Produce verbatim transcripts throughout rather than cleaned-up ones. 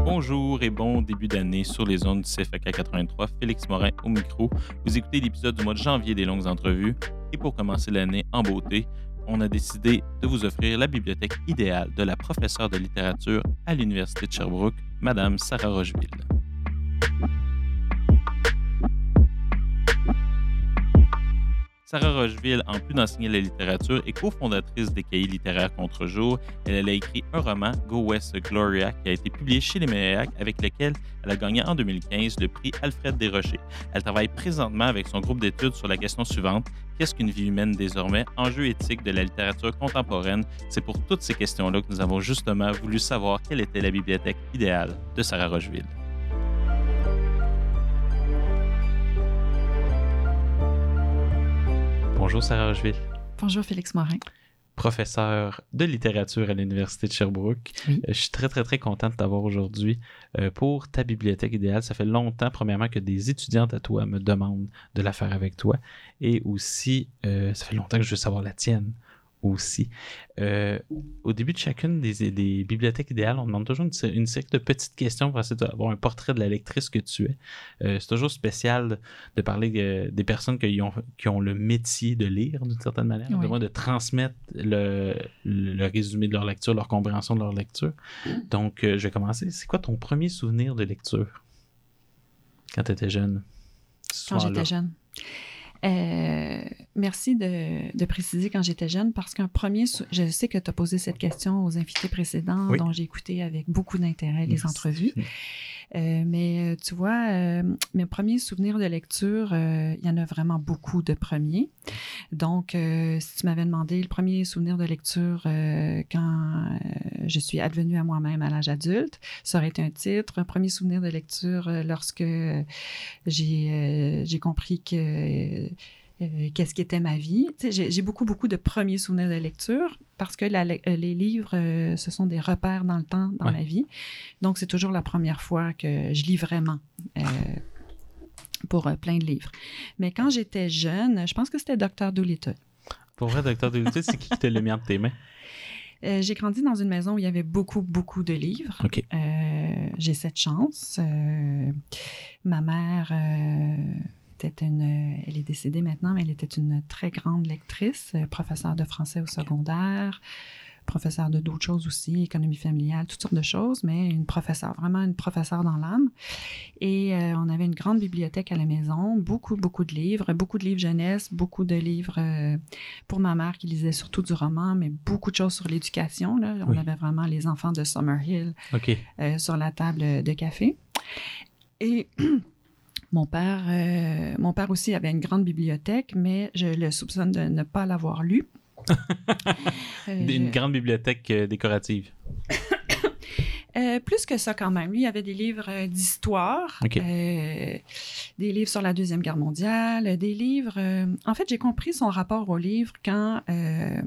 Bonjour et bon début d'année sur les ondes du C F A K quatre-vingt-trois. Félix Morin au micro. Vous écoutez l'épisode du mois de janvier des longues entrevues. Et pour commencer l'année en beauté, on a décidé de vous offrir la bibliothèque idéale de la professeure de littérature à l'Université de Sherbrooke, Madame Sarah Rocheville. Sarah Rocheville, en plus d'enseigner la littérature, est cofondatrice des Cahiers littéraires Contre-jour. Elle, elle a écrit un roman, Go West Gloria, qui a été publié chez les Méléac, avec lequel elle a gagné en deux mille quinze le prix Alfred Desrochers. Elle travaille présentement avec son groupe d'études sur la question suivante: qu'est-ce qu'une vie humaine désormais? Enjeux éthiques de la littérature contemporaine. C'est pour toutes ces questions-là que nous avons justement voulu savoir quelle était la bibliothèque idéale de Sarah Rocheville. Bonjour Sarah Rocheville. Bonjour Félix Morin. Professeur de littérature à l'Université de Sherbrooke. Oui. Je suis très, très, très content de t'avoir aujourd'hui pour ta bibliothèque idéale. Ça fait longtemps, premièrement, que des étudiantes à toi me demandent de la faire avec toi. Et aussi, euh, ça fait longtemps que je veux savoir la tienne aussi. Euh, au début de chacune des, des bibliothèques idéales, on demande toujours une, une série de petites questions pour essayer d'avoir un portrait de la lectrice que tu es. Euh, c'est toujours spécial de, de parler euh, des personnes qui ont, qui ont le métier de lire, d'une certaine manière, oui. de, moins de transmettre le, le, le résumé de leur lecture, leur compréhension de leur lecture. Donc, euh, je vais commencer. C'est quoi ton premier souvenir de lecture quand tu étais jeune? Quand j'étais jeune? Euh, merci de, de préciser quand j'étais jeune, parce qu'un premier, sou- je sais que tu as posé cette question aux invités précédents, oui, dont j'ai écouté avec beaucoup d'intérêt les merci. entrevues. Euh, mais tu vois, euh, mes premiers souvenirs de lecture, euh, il y en a vraiment beaucoup de premiers. Donc, euh, si tu m'avais demandé le premier souvenir de lecture euh, quand euh, je suis advenue à moi-même à l'âge adulte, ça aurait été un titre. Un premier souvenir de lecture euh, lorsque euh, j'ai, euh, j'ai compris que... Euh, Euh, qu'est-ce qu'était ma vie. Tu sais, j'ai, j'ai beaucoup, beaucoup de premiers souvenirs de lecture parce que la, les livres, euh, ce sont des repères dans le temps, dans ouais. ma vie. Donc, c'est toujours la première fois que je lis vraiment euh, pour euh, plein de livres. Mais quand j'étais jeune, je pense que c'était docteur Dolittle. Pour vrai, docteur Dolittle, c'est qui qui te l'a mis entre tes mains? Euh, j'ai grandi dans une maison où il y avait beaucoup, beaucoup de livres. Okay. Euh, j'ai cette chance. Euh, ma mère... Euh, Était une, elle est décédée maintenant, mais elle était une très grande lectrice, professeure de français au secondaire, professeure de d'autres choses aussi, économie familiale, toutes sortes de choses, mais une professeure, vraiment une professeure dans l'âme. Et euh, on avait une grande bibliothèque à la maison, beaucoup, beaucoup de livres, beaucoup de livres jeunesse, beaucoup de livres euh, pour ma mère qui lisait surtout du roman, mais beaucoup de choses sur l'éducation. Là. On oui. avait vraiment les enfants de Summerhill okay. euh, sur la table de café. Et... Mon père, euh, mon père aussi avait une grande bibliothèque, mais je le soupçonne de ne pas l'avoir lu. euh, une je... grande bibliothèque euh, décorative. euh, plus que ça quand même. Lui, il avait des livres euh, d'histoire, okay. euh, des livres sur la Deuxième Guerre mondiale, des livres... Euh... En fait, j'ai compris son rapport aux livres quand... Euh...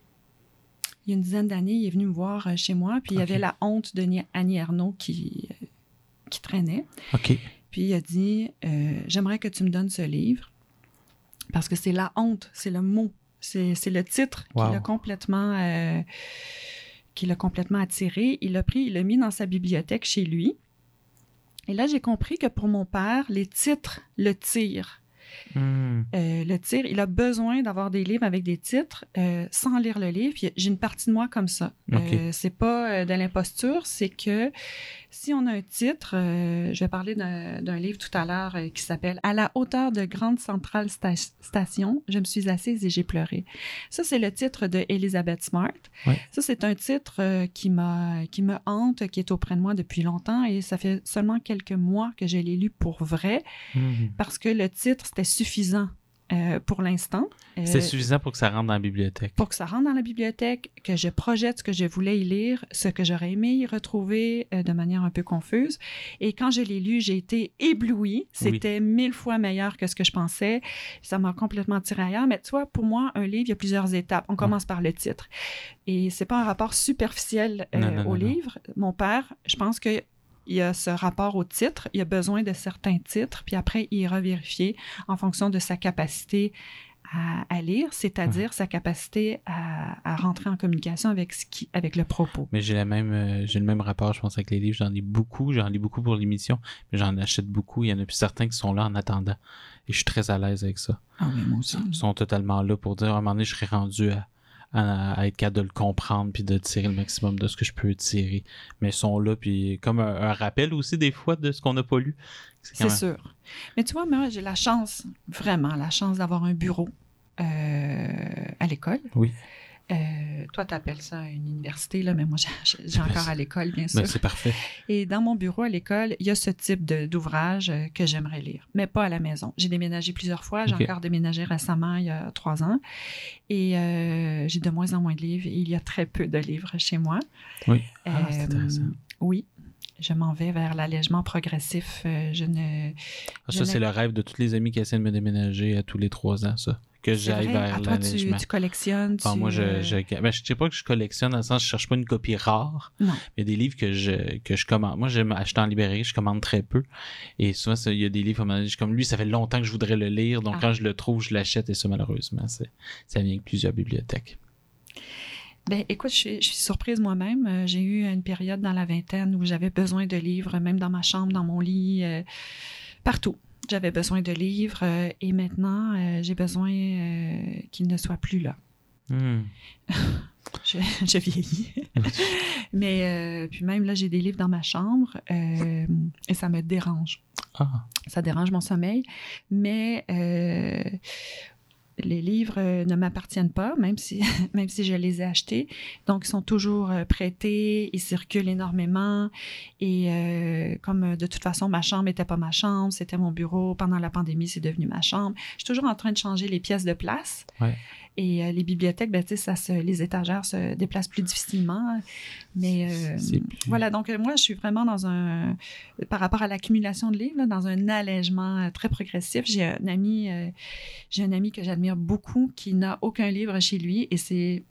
Il y a une dizaine d'années, il est venu me voir chez moi, puis okay. il y avait la honte de Annie Ernaux qui, qui traînait. OK. Puis il a dit euh, « J'aimerais que tu me donnes ce livre parce que c'est la honte, c'est le mot, c'est, c'est le titre wow. qui l'a complètement, euh, qui l'a complètement attiré. Il l'a pris, il l'a mis dans sa bibliothèque chez lui. Et là, j'ai compris que pour mon père, les titres le tirent. Mm. Euh, le tir, il a besoin d'avoir des livres avec des titres euh, sans lire le livre. J'ai une partie de moi comme ça. Okay. Euh, c'est pas euh, de l'imposture, c'est que si on a un titre, euh, je vais parler d'un, d'un livre tout à l'heure euh, qui s'appelle « À la hauteur de Grande Centrale sta- Station, je me suis assise et j'ai pleuré ». Ça, c'est le titre de Elizabeth Smart. Ouais. Ça, c'est un titre euh, qui, m'a, qui me hante, qui est auprès de moi depuis longtemps et ça fait seulement quelques mois que je l'ai lu pour vrai mm. parce que le titre, c'était suffisant euh, pour l'instant. Euh, c'est suffisant pour que ça rentre dans la bibliothèque. Pour que ça rentre dans la bibliothèque, que je projette ce que je voulais y lire, ce que j'aurais aimé y retrouver euh, de manière un peu confuse. Et quand je l'ai lu, j'ai été éblouie. C'était oui. mille fois meilleur que ce que je pensais. Ça m'a complètement tiré ailleurs. Mais tu vois, pour moi, un livre, il y a plusieurs étapes. On commence ouais. par le titre. Et c'est pas un rapport superficiel euh, non, non, au non, livre. Non. Mon père, je pense que il y a ce rapport au titre, il a besoin de certains titres, puis après, il ira vérifier en fonction de sa capacité à, à lire, c'est-à-dire ouais. sa capacité à, à rentrer en communication avec, ce qui, avec le propos. Mais j'ai, la même, euh, j'ai le même rapport, je pense, avec les livres. J'en lis beaucoup, j'en lis beaucoup pour l'émission, mais j'en achète beaucoup. Il y en a plus certains qui sont là en attendant. Et je suis très à l'aise avec ça. Ah oui, moi aussi. Ils sont totalement là pour dire, à un moment donné, je serai rendu à, à, à être capable de le comprendre puis de tirer le maximum de ce que je peux tirer. Mais ils sont là, puis comme un, un rappel aussi, des fois, de ce qu'on n'a pas lu. C'est, C'est même... sûr. Mais tu vois, moi, j'ai la chance, vraiment, la chance d'avoir un bureau euh, à l'école. Oui. Euh, toi, tu appelles ça une université, là, mais moi, j'ai, j'ai encore à l'école, bien sûr. Ben, c'est parfait. Et dans mon bureau à l'école, il y a ce type de, d'ouvrage euh, que j'aimerais lire, mais pas à la maison. J'ai déménagé plusieurs fois. J'ai okay. encore déménagé récemment, il y a trois ans. Et euh, j'ai de moins en moins de livres. Et il y a très peu de livres chez moi. Oui. Ah, euh, c'est intéressant. Oui. Je m'en vais vers l'allègement progressif. Euh, je ne. Ah, ça, je c'est ne... le rêve de tous les amis qui essaient de me déménager à tous les trois ans, ça. Que c'est j'aille vrai? vers à toi, l'allègement. Tu, tu collectionnes. Enfin, tu... moi, je, je, ben, je sais pas que je collectionne dans le sens je cherche pas une copie rare. Non. Il y a des livres que je, que je commande. Moi, j'aime acheter en librairie, je commande très peu. Et souvent, ça, il y a des livres comme lui, ça fait longtemps que je voudrais le lire. Donc, ah. quand je le trouve, je l'achète. Et ça, malheureusement, c'est, ça vient avec plusieurs bibliothèques. Ben, écoute, je suis, je suis surprise moi-même. Euh, j'ai eu une période dans la vingtaine où j'avais besoin de livres, même dans ma chambre, dans mon lit, euh, partout. J'avais besoin de livres euh, et maintenant, euh, j'ai besoin euh, qu'ils ne soient plus là. Mm. je, je vieillis. Mais euh, puis même là, j'ai des livres dans ma chambre euh, et ça me dérange. Ah. Ça dérange mon sommeil. Mais... Euh, les livres euh, ne m'appartiennent pas, même si, même si je les ai achetés. Donc, ils sont toujours euh, prêtés, ils circulent énormément. Et euh, comme euh, de toute façon, ma chambre n'était pas ma chambre, c'était mon bureau. Pendant la pandémie, c'est devenu ma chambre. Je suis toujours en train de changer les pièces de place. Ouais. Et euh, les bibliothèques, ben, tu sais, ça se, les étagères se déplacent plus difficilement. Mais euh, plus... voilà, donc euh, moi, je suis vraiment dans un... Par rapport à l'accumulation de livres, là, dans un allègement euh, très progressif. J'ai un ami, euh, j'ai un ami que j'admire beaucoup qui n'a aucun livre chez lui et c'est...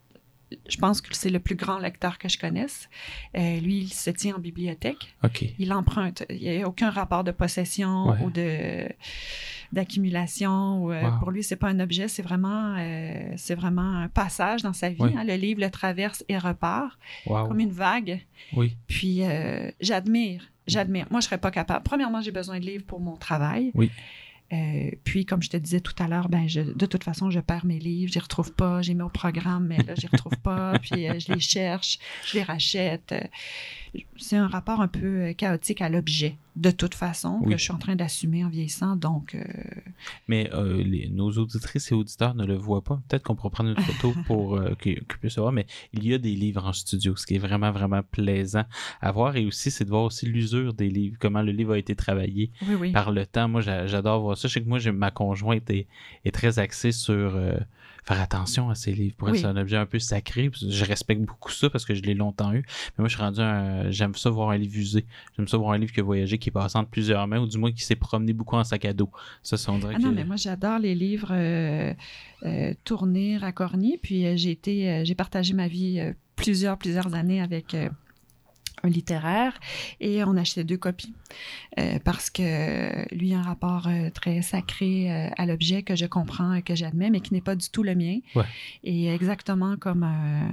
Je pense que c'est le plus grand lecteur que je connaisse. Euh, lui, il se tient en bibliothèque. Okay. Il emprunte. Il n'y a aucun rapport de possession ouais. ou de, d'accumulation. Ou, euh, wow. Pour lui, ce n'est pas un objet, c'est vraiment, euh, c'est vraiment un passage dans sa vie. Oui. Hein. Le livre le traverse et repart wow. comme une vague. Oui. Puis, euh, j'admire, j'admire. Moi, je ne serais pas capable. Premièrement, j'ai besoin de livres pour mon travail. Oui. Euh, puis, comme je te disais tout à l'heure, ben, je, de toute façon, je perds mes livres, je les retrouve pas, j'ai mis au programme, mais là, je les retrouve pas, puis euh, je les cherche, je les rachète. C'est un rapport un peu chaotique à l'objet, de toute façon, oui. que je suis en train d'assumer en vieillissant, donc... Euh... Mais euh, les, nos auditrices et auditeurs ne le voient pas. Peut-être qu'on pourra prendre une photo pour euh, qu'ils, qu'ils puissent voir, mais il y a des livres en studio, ce qui est vraiment, vraiment plaisant à voir, et aussi, c'est de voir aussi l'usure des livres, comment le livre a été travaillé oui, oui. par le temps. Moi, j'adore voir ça. Je sais que moi, j'ai, ma conjointe est, est très axée sur euh, faire attention à ces livres. Pour elle, oui. c'est un objet un peu sacré. Je respecte beaucoup ça parce que je l'ai longtemps eu. Mais moi, je suis rendu un... J'aime ça voir un livre usé. J'aime ça voir un livre qui a voyagé, qui est passé entre plusieurs mains, ou du moins qui s'est promené beaucoup en sac à dos. Ça, ça on dirait ah que... non, mais moi, j'adore les livres euh, euh, tournés, racornis. Puis euh, j'ai été... Euh, j'ai partagé ma vie euh, plusieurs, plusieurs années avec... Euh, un littéraire, et on achetait deux copies euh, parce que lui a un rapport euh, très sacré euh, à l'objet que je comprends et que j'admets, mais qui n'est pas du tout le mien. Ouais. Et exactement comme un,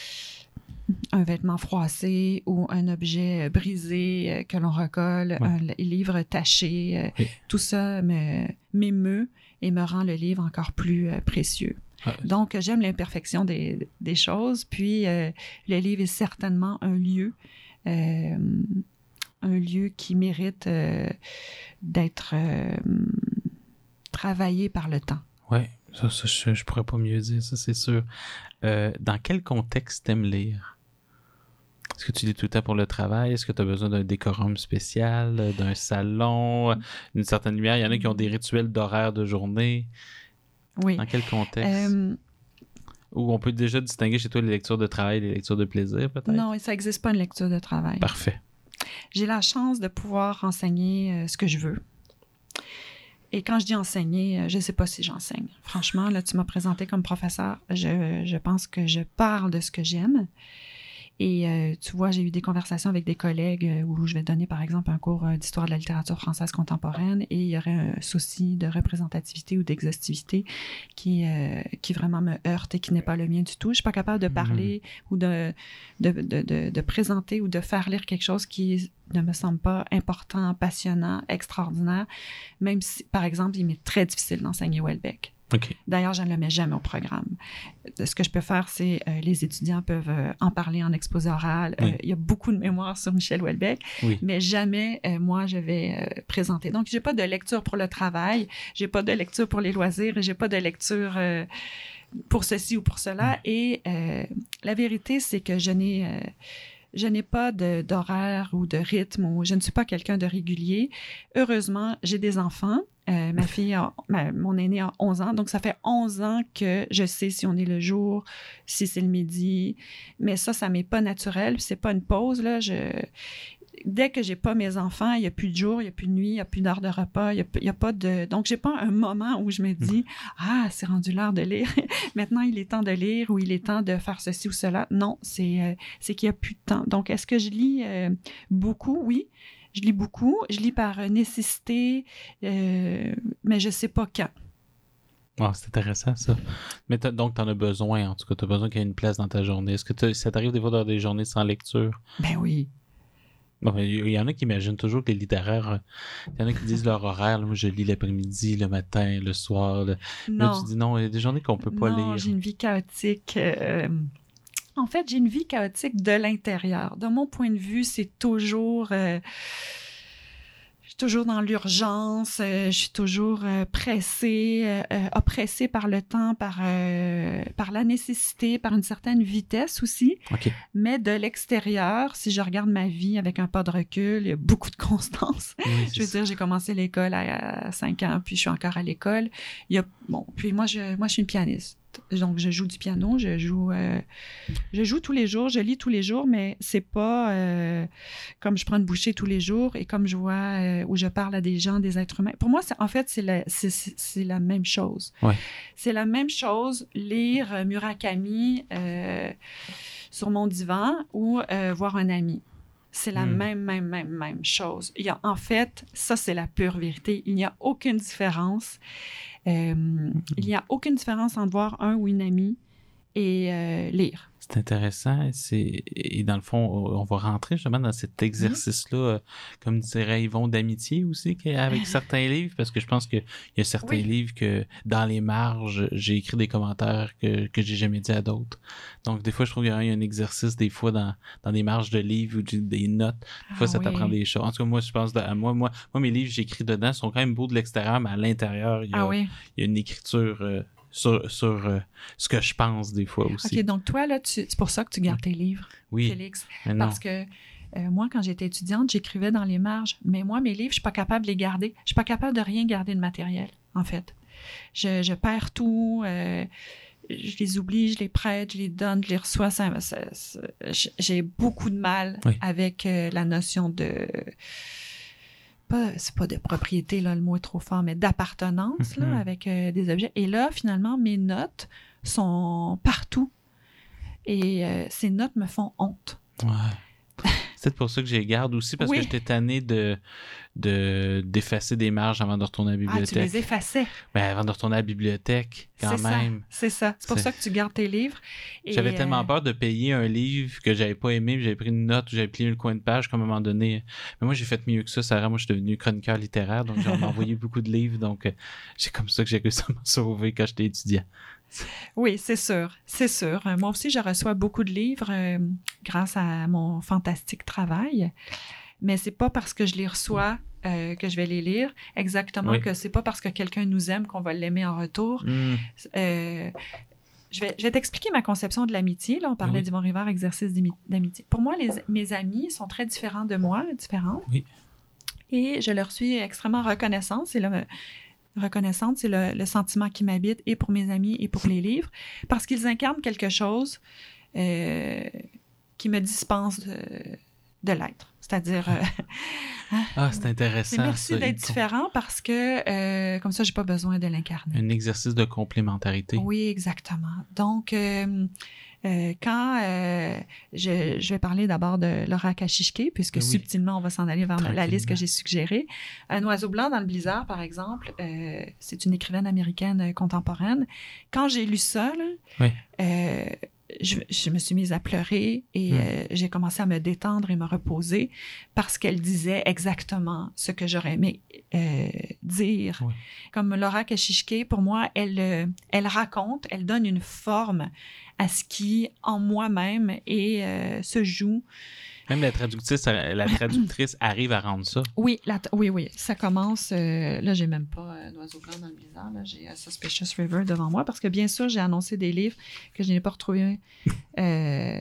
un vêtement froissé ou un objet brisé euh, que l'on recolle, ouais. un livre taché, euh, oui. tout ça me, m'émeut et me rend le livre encore plus euh, précieux. Ouais. Donc, j'aime l'imperfection des, des choses, puis euh, le livre est certainement un lieu Euh, un lieu qui mérite euh, d'être euh, travaillé par le temps. Oui, ça, ça je ne pourrais pas mieux dire, ça c'est sûr. Euh, dans quel contexte t'aimes lire? Est-ce que tu lis tout le temps pour le travail? Est-ce que tu as besoin d'un décorum spécial, d'un salon, d'une certaine lumière? Il y en a qui ont des rituels d'horaire de journée. Oui. Dans quel contexte? Euh... Ou on peut déjà distinguer chez toi les lectures de travail et les lectures de plaisir, peut-être? Non, ça n'existe pas une lecture de travail. Parfait. J'ai la chance de pouvoir enseigner euh, ce que je veux. Et quand je dis enseigner, euh, je ne sais pas si j'enseigne. Franchement, là, tu m'as présenté comme professeur. Je, je pense que je parle de ce que j'aime. Et euh, tu vois, j'ai eu des conversations avec des collègues euh, où je vais donner, par exemple, un cours euh, d'histoire de la littérature française contemporaine et il y aurait un souci de représentativité ou d'exhaustivité qui, euh, qui vraiment me heurte et qui n'est pas le mien du tout. Je suis pas capable de parler mmh. ou de, de, de, de, de présenter ou de faire lire quelque chose qui ne me semble pas important, passionnant, extraordinaire, même si, par exemple, il m'est très difficile d'enseigner Houellebecq. Okay. D'ailleurs, je ne le mets jamais au programme. Ce que je peux faire, c'est euh, les étudiants peuvent euh, en parler en exposé oral. Oui. Euh, il y a beaucoup de mémoires sur Michel Houellebecq, oui. mais jamais, euh, moi, je vais euh, présenter. Donc, je n'ai pas de lecture pour le travail, je n'ai pas de lecture pour les loisirs, je n'ai pas de lecture euh, pour ceci ou pour cela. Oui. Et euh, la vérité, c'est que je n'ai... Euh, Je n'ai pas de, d'horaire ou de rythme, ou je ne suis pas quelqu'un de régulier. Heureusement, j'ai des enfants. Euh, ma fille, a, ma, mon aînée a onze ans, donc ça fait onze ans que je sais si on est le jour, si c'est le midi. Mais ça, ça m'est pas naturel. C'est pas une pause, là. Je... Dès que j'ai pas mes enfants, il n'y a plus de jour, il n'y a plus de nuit, il n'y a plus d'heure de repas, il n'y a, a pas de... Donc, j'ai pas un moment où je me dis « Ah, c'est rendu l'heure de lire. Maintenant, il est temps de lire ou il est temps de faire ceci ou cela. » Non, c'est, euh, c'est qu'il n'y a plus de temps. Donc, est-ce que je lis euh, beaucoup? Oui, je lis beaucoup. Je lis par nécessité, euh, mais je ne sais pas quand. Oh, c'est intéressant, ça. Mais t'as, donc, tu en as besoin, en tout cas. Tu as besoin qu'il y ait une place dans ta journée. Est-ce que ça t'arrive des fois d'avoir des journées sans lecture? Ben oui. Bon, il y en a qui imaginent toujours que les littéraires, il y en a qui disent leur horaire, là, moi je lis l'après-midi, le matin, le soir. Le... Non. Là, tu dis non, il y a des journées qu'on peut pas non, lire. Non, j'ai une vie chaotique. Euh... En fait, j'ai une vie chaotique de l'intérieur. De mon point de vue, c'est toujours... Euh... Je suis toujours dans l'urgence, euh, je suis toujours euh, pressée, euh, euh, oppressée par le temps, par, euh, par la nécessité, par une certaine vitesse aussi. Okay. Mais de l'extérieur, si je regarde ma vie avec un pas de recul, il y a beaucoup de constance. Oui, je veux ça. dire, j'ai commencé l'école à, à cinq ans, puis je suis encore à l'école. Il y a, bon, puis moi, je, moi, je suis une pianiste. Donc, je joue du piano, je joue, euh, je joue tous les jours, je lis tous les jours, mais c'est pas euh, comme je prends une bouchée tous les jours et comme je vois euh, où je parle à des gens, des êtres humains. Pour moi, c'est, en fait, c'est la, c'est, c'est, c'est la même chose. Ouais. C'est la même chose, lire Murakami euh, sur mon divan ou euh, voir un ami. C'est la mmh. même, même, même, même chose. Il y a, en fait, ça, c'est la pure vérité. Il n'y a aucune différence. Euh, mmh. Il n'y a aucune différence entre voir un ou une amie et euh, lire. C'est intéressant. C'est... Et dans le fond, on va rentrer justement dans cet exercice-là, mmh. comme dirait Yvon, d'amitié aussi, avec certains livres, parce que je pense qu'il y a certains oui. livres que, dans les marges, j'ai écrit des commentaires que, que j'ai jamais dit à d'autres. Donc, des fois, je trouve qu'il y a un exercice, des fois, dans, dans des marges de livres ou des notes. Des fois, ah, ça oui. t'apprend des choses. En tout cas, moi, je pense à moi, moi, moi, mes livres, j'écris dedans, sont quand même beaux de l'extérieur, mais à l'intérieur, il y a, ah, oui. il y a une écriture... Euh, sur, sur euh, ce que je pense des fois aussi. OK, donc toi, là, tu, c'est pour ça que tu gardes tes livres, oui, Félix. Parce que euh, moi, quand j'étais étudiante, j'écrivais dans les marges, mais moi, mes livres, je suis pas capable de les garder. Je suis pas capable de rien garder de matériel, en fait. Je, je perds tout, euh, je les oublie, je les prête, je les donne, je les reçois. Ça, ça, ça, j'ai beaucoup de mal oui. avec euh, la notion de... Pas, c'est pas de propriété, là, le mot est trop fort, mais d'appartenance, mm-hmm. là, avec euh, des objets. Et là, finalement, mes notes sont partout. Et euh, ces notes me font honte. Ouais. C'est peut-être pour ça que je les garde aussi, parce oui. que j'étais tanné de, de, d'effacer des marges avant de retourner à la bibliothèque. Ah, tu les effaçais? Ben, avant de retourner à la bibliothèque, quand c'est même. Ça, c'est ça. C'est pour c'est... ça que tu gardes tes livres. Et j'avais euh... tellement peur de payer un livre que j'avais pas aimé, puis j'avais pris une note ou j'avais plié le coin de page, comme à un moment donné. Mais moi, j'ai fait mieux que ça, Sarah. Moi, je suis devenu chroniqueur littéraire, donc j'ai envoyé beaucoup de livres. Donc, euh, c'est comme ça que j'ai réussi à m'en sauver quand j'étais étudiant. Oui, c'est sûr, c'est sûr. Moi aussi, je reçois beaucoup de livres euh, grâce à mon fantastique travail, mais c'est pas parce que je les reçois euh, que je vais les lire. Exactement, oui. que c'est pas parce que quelqu'un nous aime qu'on va l'aimer en retour. Mm. Euh, je vais, je vais t'expliquer ma conception de l'amitié. Là, on parlait oui. d'Yvon Rivard, exercice d'amitié. Pour moi, les, mes amis sont très différents de moi, différents. Oui. Et je leur suis extrêmement reconnaissante. C'est là, reconnaissante, c'est le, le sentiment qui m'habite et pour mes amis et pour les livres, parce qu'ils incarnent quelque chose euh, qui me dispense de, de l'être. c'est-à-dire... Euh, ah, c'est intéressant. Merci ça. d'être différent parce que euh, comme ça, j'ai pas besoin de l'incarner. Un exercice de complémentarité. Oui, exactement. Donc, euh, euh, quand euh, je, je vais parler d'abord de Laura Kashishke, puisque oui. subtilement, on va s'en aller vers la liste que j'ai suggérée. Un oiseau blanc dans le blizzard, par exemple, euh, c'est une écrivaine américaine contemporaine. Quand j'ai lu ça, là, oui. euh, Je, je me suis mise à pleurer et mmh. euh, j'ai commencé à me détendre et me reposer parce qu'elle disait exactement ce que j'aurais aimé euh, dire. Oui. Comme Laura Kashishke, pour moi, elle, euh, elle raconte, elle donne une forme à ce qui, en moi-même, et euh, se joue. Même la traductrice, la traductrice arrive à rendre ça. Oui, la, oui, oui. Ça commence... Euh, là, j'ai même pas un oiseau blanc dans le blizzard. Là, j'ai A Suspicious River devant moi parce que, bien sûr, j'ai annoncé des livres que je n'ai pas retrouvés euh,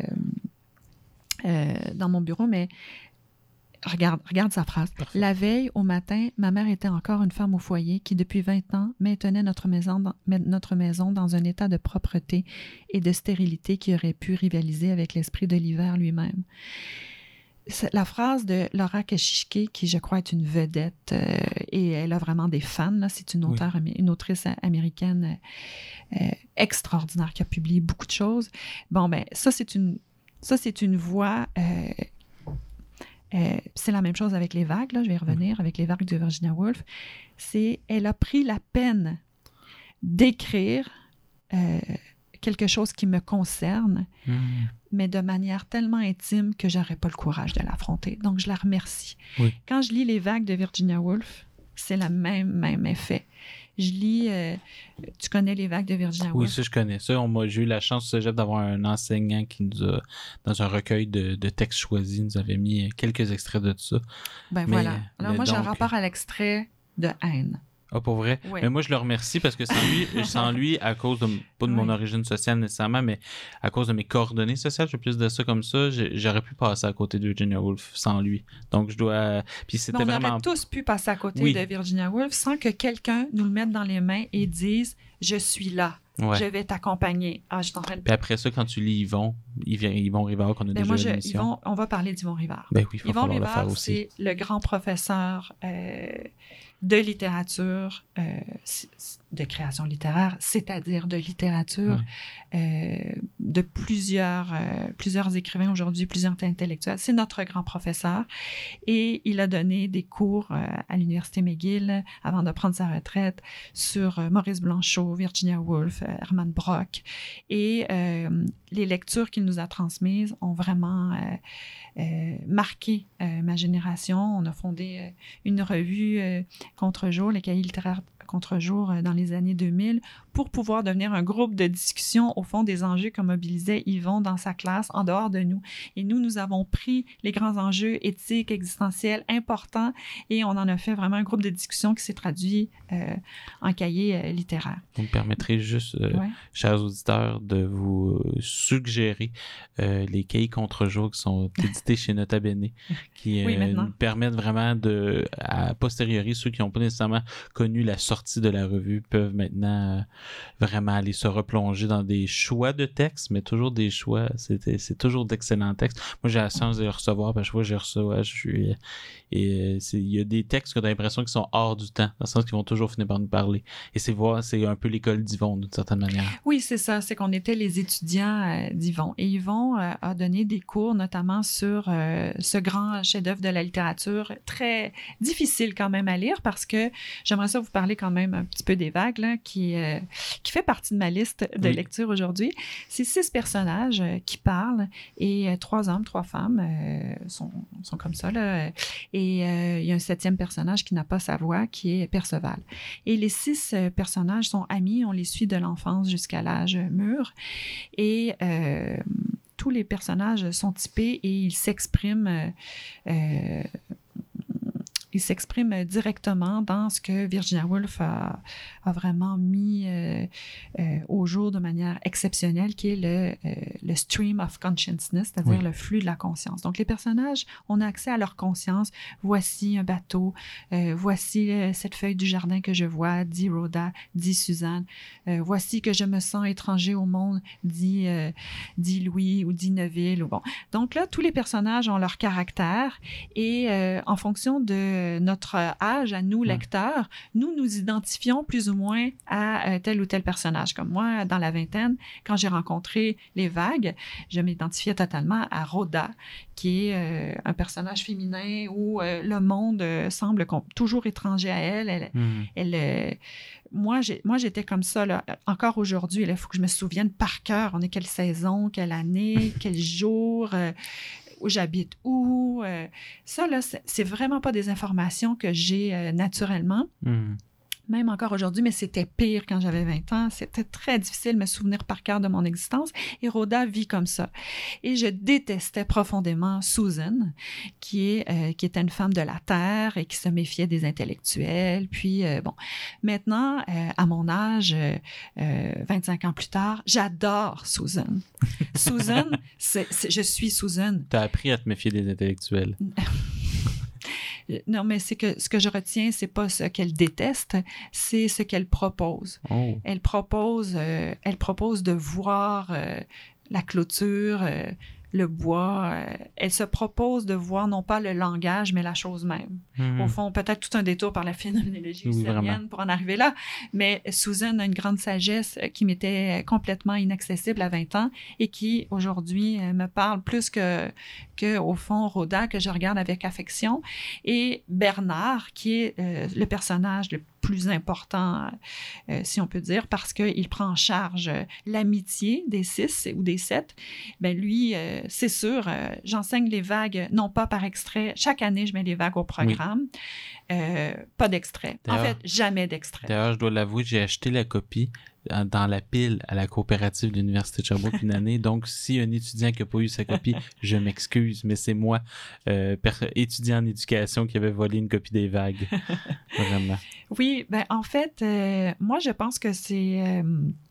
euh, dans mon bureau, mais regarde, regarde sa phrase. Parfait. La veille, au matin, ma mère était encore une femme au foyer qui, depuis vingt ans, maintenait notre maison, dans, notre maison dans un état de propreté et de stérilité qui aurait pu rivaliser avec l'esprit de l'hiver lui-même. La phrase de Laura Kashishke, qui je crois est une vedette euh, et elle a vraiment des fans, là, c'est une, auteure, oui. une autrice américaine euh, extraordinaire qui a publié beaucoup de choses. Bon, ben ça, c'est une, ça, c'est une voix... Euh, euh, c'est la même chose avec les vagues, là, je vais y revenir, oui. avec les vagues de Virginia Woolf. C'est, elle a pris la peine d'écrire euh, quelque chose qui me concerne, mmh. mais de manière tellement intime que j'aurais pas le courage de l'affronter. Donc, je la remercie. Oui. Quand je lis les vagues de Virginia Woolf, c'est le même, même effet. Je lis... Euh, tu connais les vagues de Virginia Woolf? Oui, ça, je connais ça. On m'a, j'ai eu la chance au cégep d'avoir un enseignant qui nous a, dans un recueil de, de textes choisis, nous avait mis quelques extraits de tout ça. Ben mais, voilà. Alors, moi, donc... j'ai un rapport à l'extrait de haine. Ah, pour vrai? Oui. Mais moi, je le remercie parce que sans lui, sans lui à cause de, pas de mon oui. origine sociale nécessairement, mais à cause de mes coordonnées sociales, je vais plus dire ça comme ça, j'aurais pu passer à côté de Virginia Woolf sans lui. Donc, je dois... Puis c'était mais on vraiment... aurait tous pu passer à côté oui. de Virginia Woolf sans que quelqu'un nous le mette dans les mains et dise « Je suis là. Ouais. Je vais t'accompagner. » Ah, je suis en train de... Puis après ça, quand tu lis Yvon, Yvon Rivard, qu'on a ben déjà moi, eu je, l'émission. Yvon, on va parler d'Yvon Rivard. Ben oui, il faut Yvon Rivard, Rivard, le faire aussi. C'est le grand professeur euh, de littérature, euh, de création littéraire, c'est-à-dire de littérature ouais. euh, de plusieurs, euh, plusieurs écrivains aujourd'hui, plusieurs intellectuels. C'est notre grand professeur. Et il a donné des cours euh, à l'Université McGill avant de prendre sa retraite sur euh, Maurice Blanchot, Virginia Woolf, euh, Herman Brock. Et euh, les lectures qu'il nous a transmises ont vraiment euh, euh, marqué euh, ma génération. On a fondé euh, une revue euh, Contre-jour, les cahiers littéraires Contre-jour dans les années deux mille, pour pouvoir devenir un groupe de discussion au fond des enjeux que mobilisait Yvon dans sa classe en dehors de nous. Et nous, nous avons pris les grands enjeux éthiques, existentiels, importants, et on en a fait vraiment un groupe de discussion qui s'est traduit euh, en cahier euh, littéraire. Vous me permettrez juste, euh, ouais. chers auditeurs, de vous suggérer euh, les cahiers Contre-jour qui sont édités chez Nota Bene, qui oui, euh, nous permettent vraiment de, à posteriori, ceux qui n'ont pas nécessairement connu la sortie de la revue peuvent maintenant euh, vraiment aller se replonger dans des choix de textes, mais toujours des choix, c'est, c'est toujours d'excellents textes. Moi, j'ai la chance de les recevoir, parce que je reçois, je suis... Et il y a des textes que tu as l'impression qu'ils sont hors du temps, dans le sens qu'ils vont toujours finir par nous parler. Et c'est voir, c'est un peu l'école d'Yvon, d'une certaine manière. Oui, c'est ça, c'est qu'on était les étudiants euh, d'Yvon. Et Yvon euh, a donné des cours, notamment sur euh, ce grand chef-d'œuvre de la littérature, très difficile quand même à lire, parce que j'aimerais ça vous parler quand même un petit peu des vagues, là, qui, euh, qui fait partie de ma liste de oui. lecture aujourd'hui. C'est six personnages euh, qui parlent, et euh, trois hommes, trois femmes euh, sont, sont comme ça, là. Et euh, il y a un septième personnage qui n'a pas sa voix, qui est Perceval. Et les six euh, personnages sont amis, on les suit de l'enfance jusqu'à l'âge mûr. Et euh, tous les personnages sont typés et ils s'expriment euh, euh, il s'exprime directement dans ce que Virginia Woolf a, a vraiment mis euh, euh, au jour de manière exceptionnelle, qui est le, euh, le stream of consciousness, c'est-à-dire oui. le flux de la conscience. Donc, les personnages, on a accès à leur conscience. Voici un bateau, euh, voici euh, cette feuille du jardin que je vois, dit Rhoda, dit Suzanne. Euh, voici que je me sens étranger au monde, dit, euh, dit Louis ou dit Neville. Ou bon. Donc là, tous les personnages ont leur caractère et euh, en fonction de notre âge, à nous, lecteurs, nous nous identifions plus ou moins à tel ou tel personnage. Comme moi, dans la vingtaine, quand j'ai rencontré les vagues, je m'identifiais totalement à Rhoda, qui est euh, un personnage féminin où euh, le monde euh, semble toujours étranger à elle. Elle, mmh. elle euh, moi, j'ai, moi, j'étais comme ça, là. Encore aujourd'hui. Il faut que je me souvienne par cœur. On est quelle saison, quelle année, quel jour... Euh, où j'habite où. Euh, ça, là, c'est, c'est vraiment pas des informations que j'ai euh, naturellement. Mmh. Même encore aujourd'hui, mais c'était pire quand j'avais vingt ans. C'était très difficile de me souvenir par cœur de mon existence. Et Rhoda vit comme ça. Et je détestais profondément Susan, qui, est, euh, qui était une femme de la terre et qui se méfiait des intellectuels. Puis, euh, bon, maintenant, euh, à mon âge, euh, vingt-cinq ans plus tard, j'adore Susan. Susan, c'est, c'est, je suis Susan. Tu as appris à te méfier des intellectuels. Non, mais c'est que ce que je retiens, c'est pas ce qu'elle déteste, c'est ce qu'elle propose. Oh. Elle propose, euh, elle propose de voir euh, la clôture, euh, le bois. Euh, elle se propose de voir non pas le langage, mais la chose même. Mmh. Au fond, peut-être tout un détour par la phénoménologie oui, husserlienne pour en arriver là, mais Susan a une grande sagesse qui m'était complètement inaccessible à vingt ans et qui, aujourd'hui, me parle plus que, que au fond, Rhoda, que je regarde avec affection, et Bernard, qui est euh, le personnage le plus important, euh, si on peut dire, parce qu'il prend en charge euh, l'amitié des six ou des sept. Ben lui, euh, c'est sûr, euh, j'enseigne les vagues, non pas par extrait. Chaque année, je mets les vagues au programme. Oui. Euh, pas d'extrait. En fait, jamais d'extrait. D'ailleurs, je dois l'avouer, j'ai acheté la copie dans la pile à la coopérative de l'Université de Sherbrooke une année. Donc, si un étudiant qui n'a pas eu sa copie, je m'excuse, mais c'est moi, euh, per- étudiant en éducation, qui avait volé une copie des vagues. Vraiment. Oui, ben en fait, euh, moi, je pense que c'est... Euh,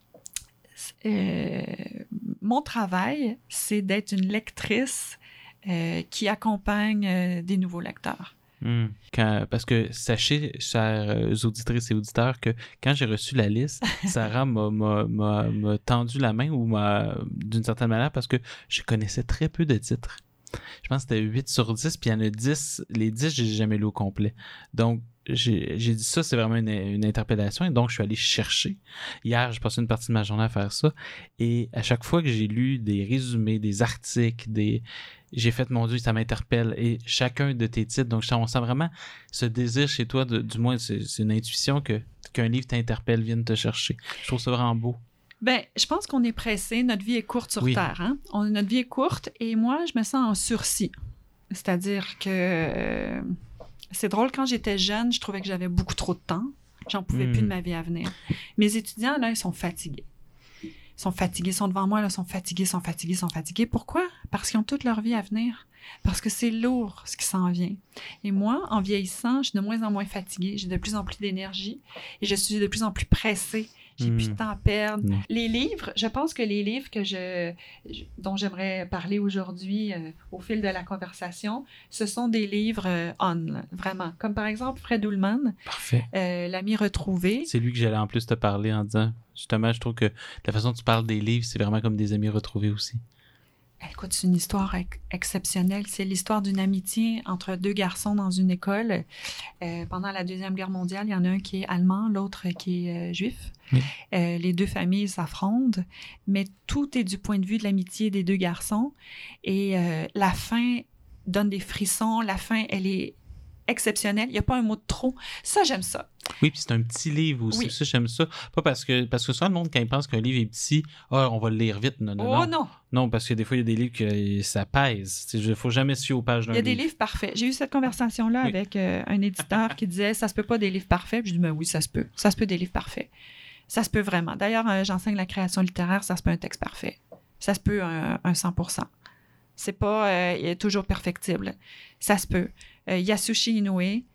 euh, mon travail, c'est d'être une lectrice euh, qui accompagne euh, des nouveaux lecteurs. Mmh. Quand, parce que sachez, chers auditrices et auditeurs, que quand j'ai reçu la liste, Sarah m'a, m'a, m'a, m'a tendu la main ou m'a, d'une certaine manière, parce que je connaissais très peu de titres. Je pense que c'était huit sur dix, puis il y en a dix. Les dix, je n'ai jamais lu au complet. Donc, j'ai, j'ai dit ça, c'est vraiment une, une interpellation, et donc je suis allé chercher. Hier, j'ai passé une partie de ma journée à faire ça, et à chaque fois que j'ai lu des résumés, des articles, des... j'ai fait, mon Dieu, ça m'interpelle, et chacun de tes titres, donc on sent vraiment ce désir chez toi, de, du moins c'est, c'est une intuition que, qu'un livre t'interpelle, vienne te chercher. Je trouve ça vraiment beau. Bien, je pense qu'on est pressé, notre vie est courte sur oui. Terre, hein? On, notre vie est courte, et moi, je me sens en sursis. C'est-à-dire que... Euh, c'est drôle, quand j'étais jeune, je trouvais que j'avais beaucoup trop de temps. J'en pouvais mmh. plus de ma vie à venir. Mes étudiants, là, ils sont fatigués. Ils sont fatigués, ils sont devant moi, là, ils sont fatigués, ils sont fatigués, ils sont fatigués. Pourquoi? Parce qu'ils ont toute leur vie à venir. Parce que c'est lourd, ce qui s'en vient. Et moi, en vieillissant, je suis de moins en moins fatiguée. J'ai de plus en plus d'énergie et je suis de plus en plus pressée. J'ai mmh. plus de temps à perdre. Mmh. Les livres, je pense que les livres que je, je, dont j'aimerais parler aujourd'hui euh, au fil de la conversation, ce sont des livres euh, on, vraiment. Comme par exemple Fred Ullman, Parfait. Euh, L'ami retrouvé. C'est lui que j'allais en plus te parler en disant, justement, je trouve que la façon dont tu parles des livres, c'est vraiment comme des amis retrouvés aussi. Écoute, c'est une histoire ex- exceptionnelle. C'est l'histoire d'une amitié entre deux garçons dans une école. Euh, pendant la Deuxième Guerre mondiale, il y en a un qui est allemand, l'autre qui est euh, juif. Oui. Euh, les deux familles s'affrontent, mais tout est du point de vue de l'amitié des deux garçons. Et euh, la fin donne des frissons. La fin, elle est exceptionnelle. Il n'y a pas un mot de trop. Ça, j'aime ça. Oui, puis c'est un petit livre aussi. Oui. Ça, j'aime ça. Pas parce que, parce que souvent, le monde, quand il pense qu'un livre est petit, ah, oh, on va le lire vite. Non, non, oh, non. non. Non, parce que des fois, il y a des livres que ça pèse. Il ne faut jamais se fier aux pages d'un livre. Il y a des livres parfaits. J'ai eu cette conversation-là oui. avec euh, un éditeur qui disait, ça se peut pas des livres parfaits. Puis je dis, mais oui, ça se peut. Ça se peut des livres parfaits. Ça se peut vraiment. D'ailleurs, euh, j'enseigne la création littéraire, ça se peut un texte parfait. Ça se peut un, un cent pour cent. C'est pas euh, toujours perfectible. Ça se peut. Euh, Yasushi Inoue,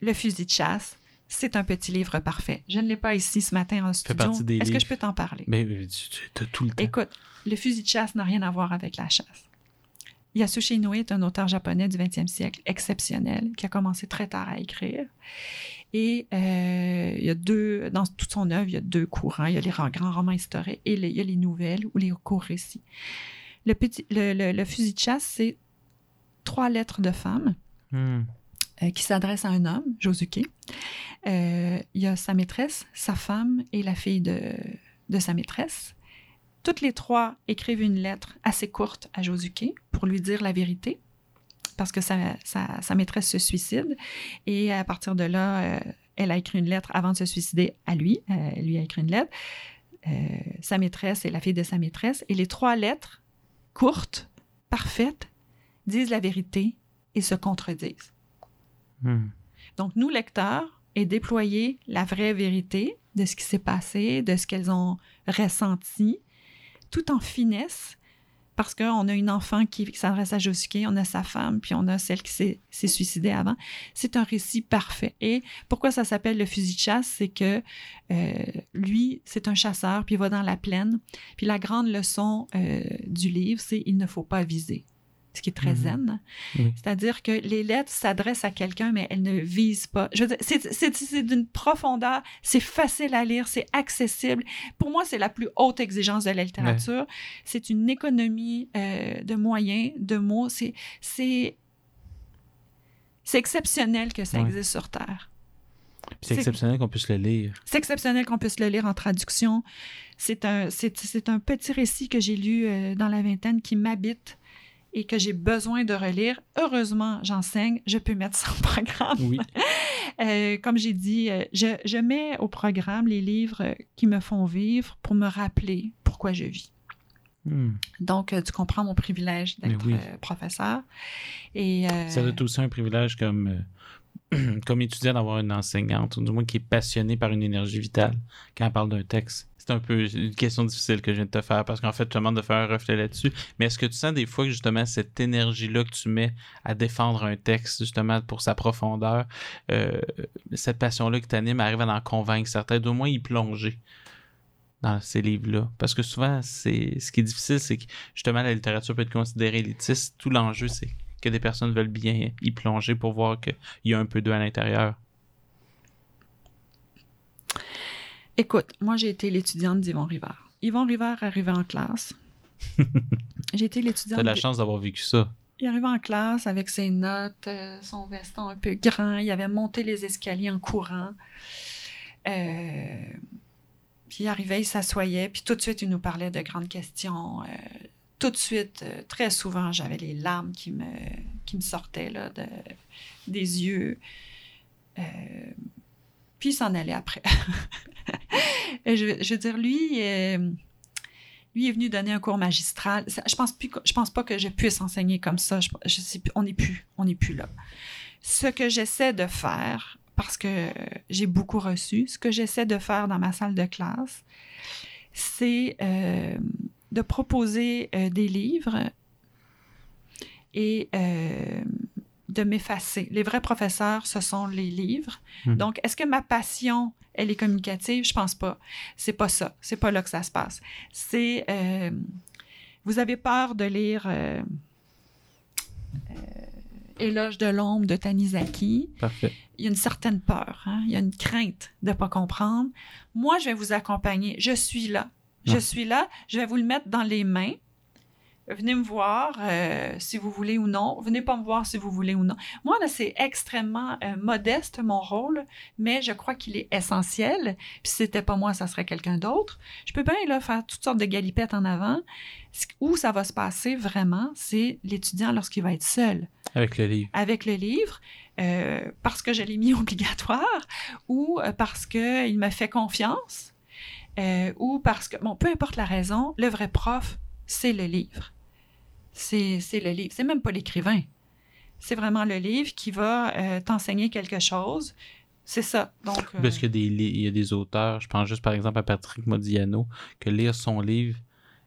Le fusil de chasse, c'est un petit livre parfait. Je ne l'ai pas ici ce matin en studio. Est-ce livres. que je peux t'en parler? Mais, mais tu as tout le temps. Écoute, le fusil de chasse n'a rien à voir avec la chasse. Yasushi Inoue est un auteur japonais du vingtième siècle exceptionnel qui a commencé très tard à écrire. Et euh, il y a deux, dans toute son œuvre, il y a deux courants. Il y a les grands romans historiques et les, il y a les nouvelles ou les courts récits. Le, petit, le, le, le fusil de chasse, c'est trois lettres de femmes mm. euh, qui s'adressent à un homme, Josuke. Euh, il y a sa maîtresse, sa femme et la fille de, de sa maîtresse. Toutes les trois écrivent une lettre assez courte à Josuke pour lui dire la vérité, parce que sa, sa, sa maîtresse se suicide. Et à partir de là, euh, elle a écrit une lettre avant de se suicider à lui. Euh, elle lui a écrit une lettre. Euh, sa maîtresse et la fille de sa maîtresse. Et les trois lettres, courtes, parfaites, disent la vérité et se contredisent. Hmm. Donc, nous, lecteurs, et déployer la vraie vérité de ce qui s'est passé, de ce qu'elles ont ressenti, tout en finesse, parce qu'on a une enfant qui, qui s'adresse à Josuke, on a sa femme, puis on a celle qui s'est, s'est suicidée avant. C'est un récit parfait. Et pourquoi ça s'appelle le fusil de chasse? C'est que euh, lui, c'est un chasseur, puis il va dans la plaine. Puis la grande leçon euh, du livre, c'est « il ne faut pas viser ». Ce qui est très zen. Mm-hmm. C'est-à-dire que les lettres s'adressent à quelqu'un, mais elles ne visent pas. Je veux dire, c'est, c'est, c'est d'une profondeur, c'est facile à lire, c'est accessible. Pour moi, c'est la plus haute exigence de la littérature. Ouais. C'est une économie euh, de moyens, de mots. C'est, c'est, c'est exceptionnel que ça ouais. existe sur Terre. Puis c'est, c'est exceptionnel qu'on puisse le lire. C'est exceptionnel qu'on puisse le lire en traduction. C'est un, c'est, c'est un petit récit que j'ai lu euh, dans la vingtaine qui m'habite et que j'ai besoin de relire. Heureusement, j'enseigne, je peux mettre ça au programme. Oui. euh, comme j'ai dit, je, je mets au programme les livres qui me font vivre pour me rappeler pourquoi je vis. Hmm. Donc, tu comprends mon privilège d'être oui. euh, professeur. Et, euh, ça doit être aussi un privilège comme, euh, comme étudiant d'avoir une enseignante, ou du moins qui est passionnée par une énergie vitale quand elle parle d'un texte. C'est un peu une question difficile que je viens de te faire parce qu'en fait, tu te demandes de faire un reflet là-dessus. Mais est-ce que tu sens des fois que justement cette énergie-là que tu mets à défendre un texte, justement pour sa profondeur, euh, cette passion-là qui t'anime arrive à en convaincre certains, d'au moins y plonger dans ces livres-là? Parce que souvent, c'est ce qui est difficile, c'est que justement la littérature peut être considérée élitiste. Tout l'enjeu, c'est que des personnes veulent bien y plonger pour voir qu'il y a un peu d'eux à l'intérieur. Écoute, moi, j'ai été l'étudiante d'Yvon Rivard. Yvon Rivard arrivait en classe. J'ai été l'étudiante... T'as de la chance d'avoir vécu ça. Il arrivait en classe avec ses notes, euh, son veston un peu grand. Il avait monté les escaliers en courant. Euh... Puis il arrivait, il s'assoyait. Puis tout de suite, il nous parlait de grandes questions. Euh... Tout de suite, euh, très souvent, j'avais les larmes qui me, qui me sortaient là, de... des yeux. Euh... Puis il s'en allait après. je, je veux dire, lui, euh, lui est venu donner un cours magistral. Je pense plus, je pense pas que je puisse enseigner comme ça. Je, je sais plus, on n'est plus, on n'est plus là. Ce que j'essaie de faire, parce que j'ai beaucoup reçu, ce que j'essaie de faire dans ma salle de classe, c'est euh, de proposer euh, des livres et euh, de m'effacer. Les vrais professeurs, ce sont les livres. Mmh. Donc, est-ce que ma passion, elle est communicative? Je pense pas. C'est pas ça. C'est pas là que ça se passe. C'est... Euh, vous avez peur de lire euh, euh, Éloge de l'ombre de Tanizaki. Parfait. Il y a une certaine peur. Hein? Il y a une crainte de ne pas comprendre. Moi, je vais vous accompagner. Je suis là. Je ah. suis là. Je vais vous le mettre dans les mains. Venez me voir euh, si vous voulez ou non. Venez pas me voir si vous voulez ou non. Moi, là, c'est extrêmement euh, modeste, mon rôle, mais je crois qu'il est essentiel. Puis si c'était pas moi, ça serait quelqu'un d'autre. Je peux bien là, faire toutes sortes de galipettes en avant. Où ça va se passer vraiment, c'est l'étudiant lorsqu'il va être seul. Avec le livre. Avec le livre, euh, parce que je l'ai mis obligatoire ou euh, parce qu'il m'a fait confiance euh, ou parce que, bon, peu importe la raison, le vrai prof, c'est le livre. C'est, c'est le livre. C'est même pas l'écrivain. C'est vraiment le livre qui va euh, t'enseigner quelque chose. C'est ça. Donc, euh... Parce qu'il y a, des, il y a des auteurs, je pense juste par exemple à Patrick Modiano, que lire son livre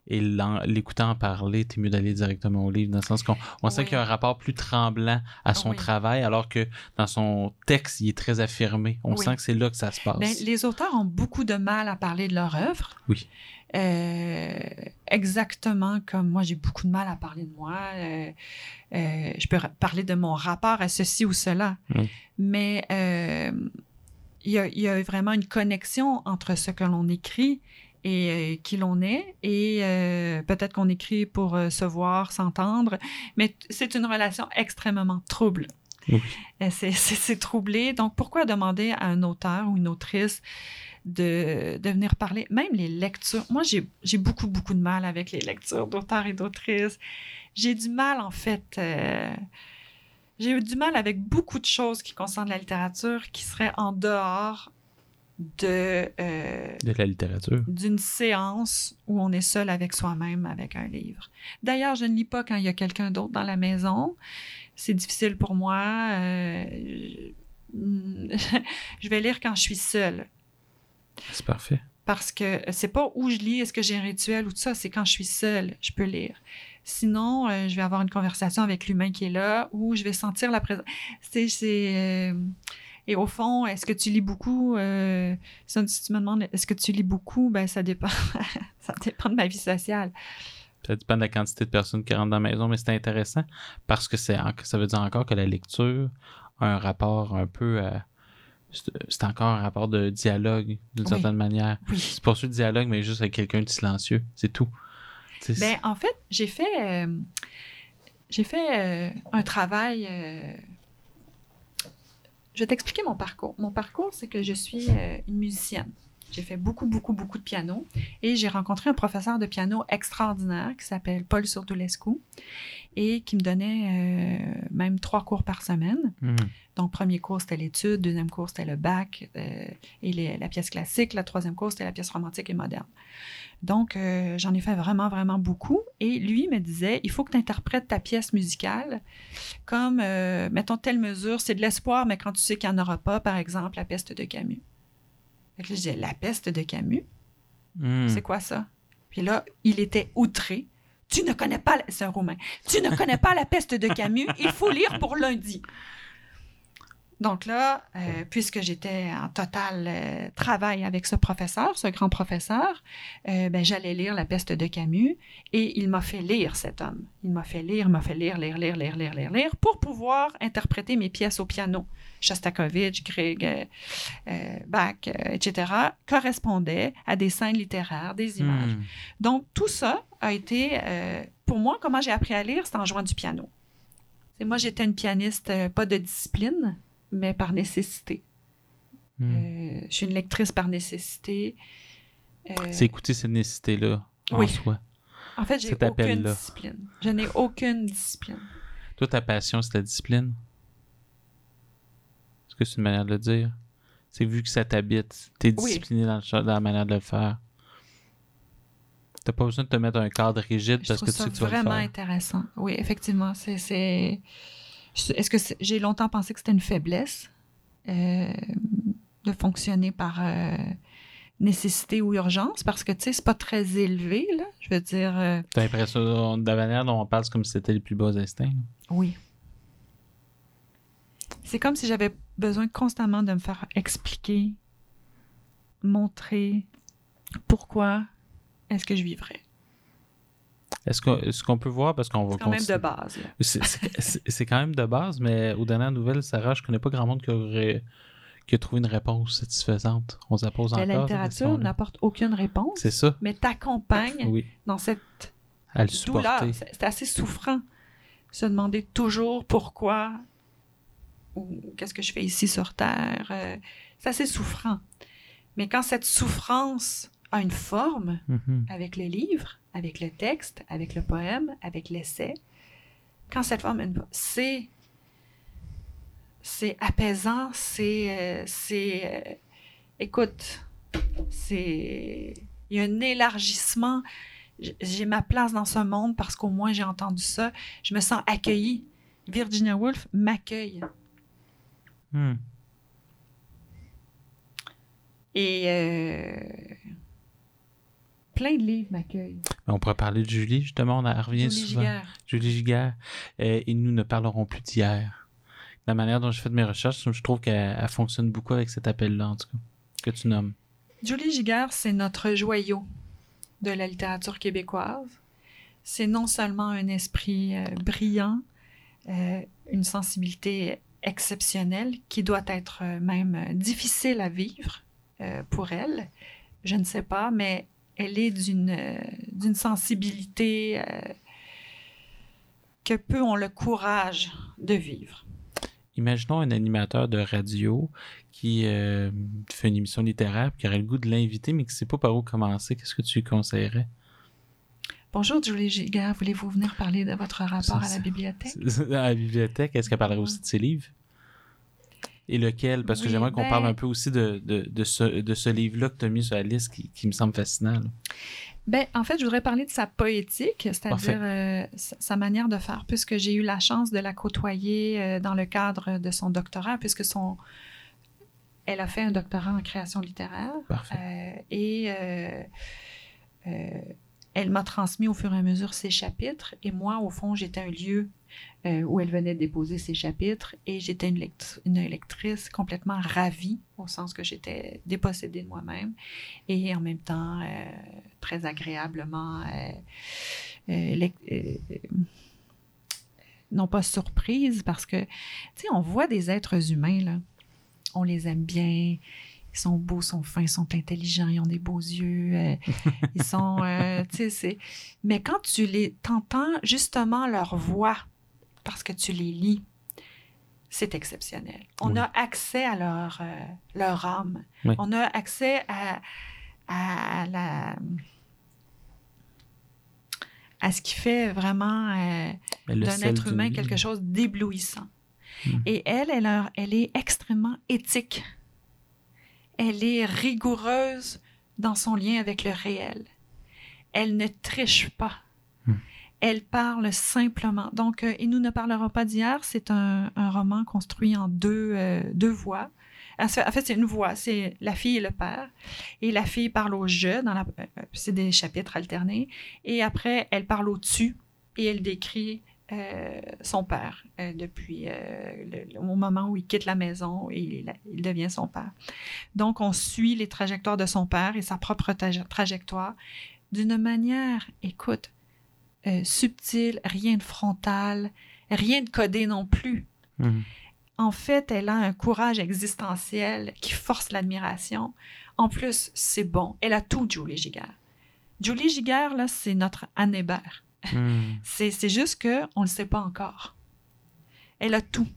et l'écoutant en parler, t'es mieux d'aller directement au livre, dans le sens qu'on on oui. sent qu'il y a un rapport plus tremblant à son oui. travail, alors que dans son texte, il est très affirmé. On oui. sent que c'est là que ça se passe. Bien, les auteurs ont beaucoup de mal à parler de leur œuvre. Oui. Euh, exactement comme moi, j'ai beaucoup de mal à parler de moi. Euh, euh, je peux parler de mon rapport à ceci ou cela. Oui. Mais euh, il y a, il y a vraiment une connexion entre ce que l'on écrit et euh, qui l'on est, et euh, peut-être qu'on écrit pour euh, se voir, s'entendre, mais t- c'est une relation extrêmement trouble. Oui. C'est, c'est, c'est troublé. Donc, pourquoi demander à un auteur ou une autrice de, de venir parler? Même les lectures. Moi, j'ai, j'ai beaucoup, beaucoup de mal avec les lectures d'auteurs et d'autrices. J'ai du mal, en fait... Euh, j'ai eu du mal avec beaucoup de choses qui concernent la littérature qui seraient en dehors de... Euh, de la littérature. D'une séance où on est seul avec soi-même avec un livre. D'ailleurs, je ne lis pas quand il y a quelqu'un d'autre dans la maison. C'est difficile pour moi. Euh, je vais lire quand je suis seule. C'est parfait. Parce que c'est pas où je lis, est-ce que j'ai un rituel ou tout ça, c'est quand je suis seule, je peux lire. Sinon, euh, je vais avoir une conversation avec l'humain qui est là, ou je vais sentir la présence. C'est... c'est euh, Et au fond, est-ce que tu lis beaucoup? Euh, si tu me demandes, est-ce que tu lis beaucoup? Ben, ça dépend. Ça dépend de ma vie sociale. Ça dépend de la quantité de personnes qui rentrent dans la maison, mais c'est intéressant parce que c'est, ça veut dire encore que la lecture a un rapport un peu... Euh, c'est, c'est encore un rapport de dialogue, d'une oui. certaine manière. Oui. C'est pas sûr de dialogue, mais juste avec quelqu'un de silencieux. C'est tout. C'est, ben, en fait, j'ai fait... Euh, j'ai fait euh, un travail... Euh, Je vais t'expliquer mon parcours. Mon parcours, c'est que je suis euh, une musicienne. J'ai fait beaucoup, beaucoup, beaucoup de piano et j'ai rencontré un professeur de piano extraordinaire qui s'appelle Paul Surdulescu et qui me donnait euh, même trois cours par semaine. Mmh. Donc, premier cours, c'était l'étude, deuxième cours, c'était le bac euh, et les, la pièce classique, la troisième cours, c'était la pièce romantique et moderne. Donc, euh, j'en ai fait vraiment, vraiment beaucoup. Et lui me disait, il faut que tu interprètes ta pièce musicale comme, euh, mettons, telle mesure, c'est de l'espoir, mais quand tu sais qu'il n'y en aura pas, par exemple, la peste de Camus. Fait que là, je disais, la peste de Camus? Mm. C'est quoi ça? Puis là, il était outré. Tu ne connais pas... C'est un Roumain. Tu ne connais pas la peste de Camus, il faut lire pour lundi. Donc là, euh, puisque j'étais en total euh, travail avec ce professeur, ce grand professeur, euh, ben, j'allais lire La peste de Camus et il m'a fait lire cet homme. Il m'a fait lire, m'a fait lire, lire, lire, lire, lire, lire, lire pour pouvoir interpréter mes pièces au piano. Shostakovich, Grieg, euh, euh, Bach, euh, et cetera correspondaient à des scènes littéraires, des images. Mm. Donc tout ça a été, euh, pour moi, comment j'ai appris à lire, c'est en jouant du piano. Et moi, j'étais une pianiste, euh, pas de discipline, mais par nécessité. Mm. Euh, je suis une lectrice par nécessité. Euh, c'est écouter cette nécessité-là en oui. soi. En fait, j'ai aucune discipline. Je n'ai aucune discipline. Toi, ta passion, c'est la discipline? Est-ce que c'est une manière de le dire? C'est vu que ça t'habite, t'es discipliné oui. dans, le, dans la manière de le faire. T'as pas besoin de te mettre un cadre rigide je parce que tu sais que tu vas le faire. C'est vraiment intéressant. Oui, effectivement. C'est... c'est... Est-ce que c'est... j'ai longtemps pensé que c'était une faiblesse euh, de fonctionner par euh, nécessité ou urgence parce que, tu sais, c'est pas très élevé, là. Je veux dire... Euh... T'as l'impression, de la manière dont on parle, c'est comme si c'était les plus bas instincts. Là. Oui. C'est comme si j'avais besoin constamment de me faire expliquer, montrer pourquoi est-ce que je vivrais. Est-ce, que, est-ce qu'on peut voir, parce qu'on va... C'est quand continuer. Même de base. Là. C'est, c'est, c'est, c'est quand même de base, mais aux dernières nouvelles, Sarah, je connais pas grand monde qui aurait qui a trouvé une réponse satisfaisante. On se la pose encore. La littérature n'apporte aucune réponse. C'est ça. Mais t'accompagne oui. dans cette à le supporter. Douleur. C'est, c'est assez souffrant. Se demander toujours pourquoi ou qu'est-ce que je fais ici sur Terre. Euh, c'est assez souffrant. Mais quand cette souffrance a une forme, mm-hmm. avec le livre, avec le texte, avec le poème, avec l'essai, quand cette forme, c'est, c'est apaisant, c'est... Euh, c'est euh, écoute, c'est... Il y a un élargissement. J'ai ma place dans ce monde parce qu'au moins j'ai entendu ça. Je me sens accueillie. Virginia Woolf m'accueille. Hmm. Et euh, plein de livres m'accueillent. On pourrait parler de Julie, justement, on en revient Julie souvent. Giguère. Julie Giguère. Euh, et nous ne parlerons plus d'hier. La manière dont j'ai fait mes recherches, je trouve qu'elle elle fonctionne beaucoup avec cet appel-là, en tout cas, que tu nommes. Julie Giguère, c'est notre joyau de la littérature québécoise. C'est non seulement un esprit euh, brillant, euh, une sensibilité exceptionnelle qui doit être euh, même euh, difficile à vivre euh, pour elle. Je ne sais pas, mais elle est d'une, euh, d'une sensibilité euh, que peu ont le courage de vivre. Imaginons un animateur de radio qui euh, fait une émission littéraire et qui aurait le goût de l'inviter, mais qui ne sait pas par où commencer. Qu'est-ce que tu lui conseillerais? Bonjour, Julie Giguère. Voulez-vous venir parler de votre rapport à la bibliothèque? À la bibliothèque, est-ce qu'elle parlerait aussi de ses livres? Et lequel? Parce que oui, j'aimerais qu'on ben... parle un peu aussi de, de, de ce, de ce livre-là que tu as mis sur la liste qui, qui me semble fascinant. Là. Ben, en fait, je voudrais parler de sa poétique, c'est-à-dire euh, sa manière de faire, puisque j'ai eu la chance de la côtoyer euh, dans le cadre de son doctorat, puisque son... elle a fait un doctorat en création littéraire. Parfait. Euh, et euh, euh, elle m'a transmis au fur et à mesure ses chapitres, et moi, au fond, j'étais un lieu euh, où elle venait déposer ses chapitres, et j'étais une, lect- une lectrice complètement ravie, au sens que j'étais dépossédée de moi-même, et en même temps, euh, très agréablement, euh, euh, lec- euh, non pas surprise, parce que, tu sais, on voit des êtres humains, là, on les aime bien, ils sont beaux, sont fins, ils sont intelligents, ils ont des beaux yeux, euh, ils sont, euh, tu sais, c'est... Mais quand tu les, t'entends justement leur voix, parce que tu les lis, c'est exceptionnel. On oui. a accès à leur, euh, leur âme. Oui. On a accès à, à la... à ce qui fait vraiment euh, d'un être humain quelque chose d'éblouissant. Mmh. Et elle, elle, a, elle est extrêmement éthique. Elle est rigoureuse dans son lien avec le réel. Elle ne triche pas. Mmh. Elle parle simplement. Donc, euh, Et nous ne parlerons pas d'hier, c'est un, un roman construit en deux, euh, deux voix. En fait, c'est une voix, c'est la fille et le père. Et la fille parle au je, dans la, c'est des chapitres alternés. Et après, elle parle au tu et elle décrit euh, son père euh, depuis euh, le, au moment où il quitte la maison et il, il devient son père. Donc, on suit les trajectoires de son père et sa propre tra- trajectoire d'une manière, écoute, euh, subtile, rien de frontal, rien de codé non plus. Mmh. En fait, elle a un courage existentiel qui force l'admiration. En plus, c'est bon. Elle a tout, Julie Giguère. Julie Giguère, là, c'est notre Anne Hébert. Mm. c'est, c'est juste qu'on ne le sait pas encore. Elle a tout.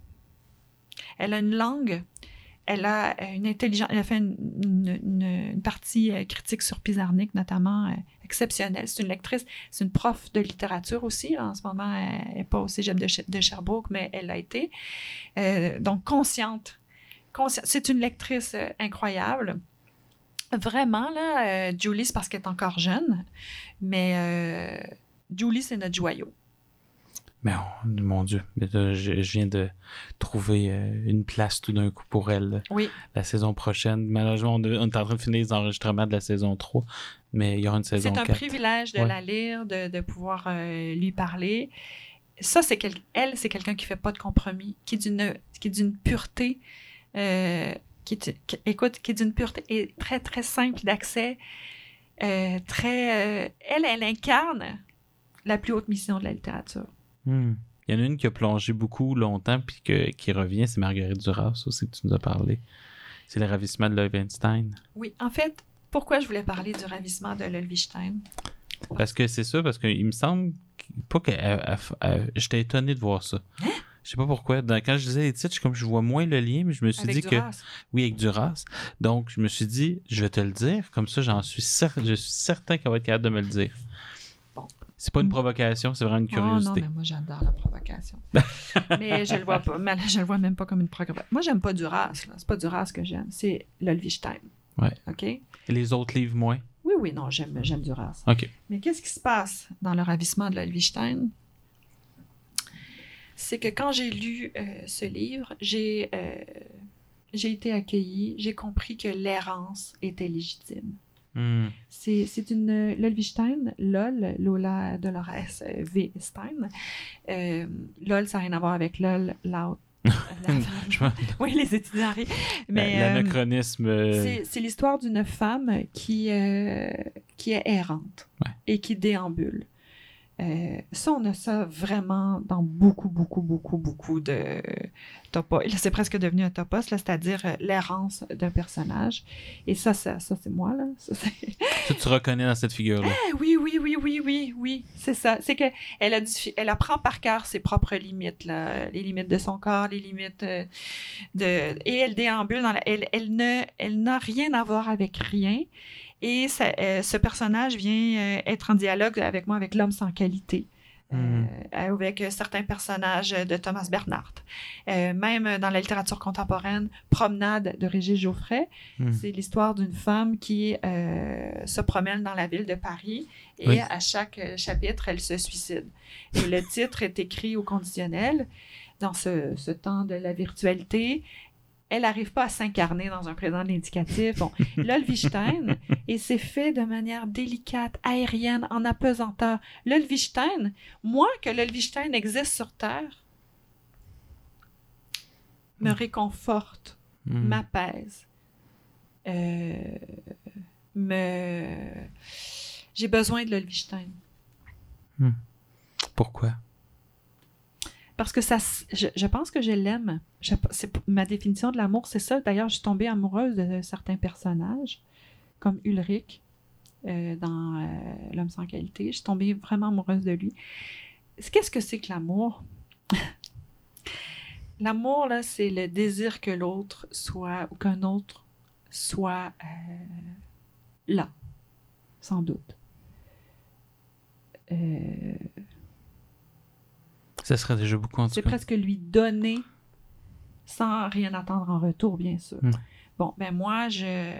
Elle a une langue, elle a une intelligence, elle a fait une, une, une, une partie critique sur Pizarnik, notamment, euh, exceptionnelle. C'est une lectrice, c'est une prof de littérature aussi. Là, en ce moment, elle n'est pas au cégep de, de Sherbrooke, mais elle l'a été. Euh, donc, consciente. consciente. C'est une lectrice euh, incroyable. Vraiment, là, euh, Julie, c'est parce qu'elle est encore jeune, mais euh, Julie, c'est notre joyau. Mais oh, mon Dieu, je, je viens de trouver euh, une place tout d'un coup pour elle. Oui. La saison prochaine. Malheureusement, on, on est en train de finir les enregistrements de la saison trois, mais il y aura une saison quatre. C'est un privilège de ouais. la lire, de, de pouvoir euh, lui parler. Ça, c'est quel... elle, c'est quelqu'un qui ne fait pas de compromis, qui est d'une, qui est d'une pureté, euh, qui, est, qui, écoute, qui est d'une pureté et très, très simple d'accès. Euh, très, euh, elle, elle incarne la plus haute mission de la littérature. Hmm. Il y en a une qui a plongé beaucoup longtemps puis que, qui revient, c'est Marguerite Duras aussi que tu nous as parlé. C'est le ravissement de Löwenstein. Oui, en fait, pourquoi je voulais parler du ravissement de Löwenstein? Parce que c'est ça, parce qu'il me semble pas que j'étais étonné de voir ça. Hein? Je sais pas pourquoi. Dans, quand je disais les titres, je, comme je vois moins le lien, mais je me suis avec dit Duras. que... Oui, avec Duras. Donc, je me suis dit, je vais te le dire. Comme ça, j'en suis certain, je suis certain qu'elle va être capable de me le dire. Bon. C'est pas une provocation, c'est vraiment une curiosité. Oh non, mais moi, j'adore la provocation. Mais je le vois pas. Mais je le vois même pas comme une provocation. Moi, j'aime pas Duras. Là. C'est pas Duras que j'aime. C'est Löwenstein. Ouais. OK? Et les autres livres, moins? Oui, oui, non, j'aime, j'aime Duras. OK. Mais qu'est-ce qui se passe dans le ravissement de Löwenstein? C'est que quand j'ai lu euh, ce livre, j'ai, euh, j'ai été accueillie, j'ai compris que l'errance était légitime. Mm. C'est, c'est une Lol Wittstein, Lol, Lola Dolores V. Stein. Euh, Lol, ça n'a rien à voir avec Lol, Loud. Oui, les étudiants rient. Mais, l'anachronisme. Euh... C'est, c'est l'histoire d'une femme qui, euh, qui est errante ouais. et qui déambule. Euh, ça, on a ça vraiment dans beaucoup, beaucoup, beaucoup, beaucoup de topos. Là, c'est presque devenu un topos, là, c'est-à-dire euh, l'errance d'un personnage. Et ça, ça, ça c'est moi, là. Ça, c'est... Ça, tu reconnais dans cette figure-là. Ah, oui, oui, oui, oui, oui, oui, c'est ça. C'est qu'elle a du, elle apprend par cœur ses propres limites, là, les limites de son corps, les limites euh, de... Et elle déambule dans la... Elle, elle, ne, elle n'a rien à voir avec rien. Et ça, euh, ce personnage vient euh, être en dialogue avec moi, avec l'homme sans qualité, euh, mm. avec euh, certains personnages de Thomas Bernhardt. Euh, même dans la littérature contemporaine, Promenade de Régis Geoffrey, mm. c'est l'histoire d'une femme qui euh, se promène dans la ville de Paris et oui. à chaque chapitre, elle se suicide. Et le titre est écrit au conditionnel. Dans ce, ce temps de la virtualité, elle n'arrive pas à s'incarner dans un présent de l'indicatif. Bon, Lol Wittstein, et c'est fait de manière délicate, aérienne, en apesanteur. Lol Wittstein, moi, que Lol Wittstein existe sur Terre, me réconforte, mm. m'apaise, euh, me... J'ai besoin de Lol Wittstein. Mm. Pourquoi? Parce que ça, je, je pense que je l'aime. Je, c'est, ma définition de l'amour, c'est ça. D'ailleurs, je suis tombée amoureuse de certains personnages, comme Ulrich, euh, dans euh, L'homme sans qualité. Je suis tombée vraiment amoureuse de lui. Qu'est-ce que c'est que l'amour? L'amour, là, c'est le désir que l'autre soit, ou qu'un autre soit euh, là, sans doute. Euh... Ça serait déjà beaucoup en tout C'est cas. presque lui donner sans rien attendre en retour, bien sûr. Mm. Bon, ben moi, je...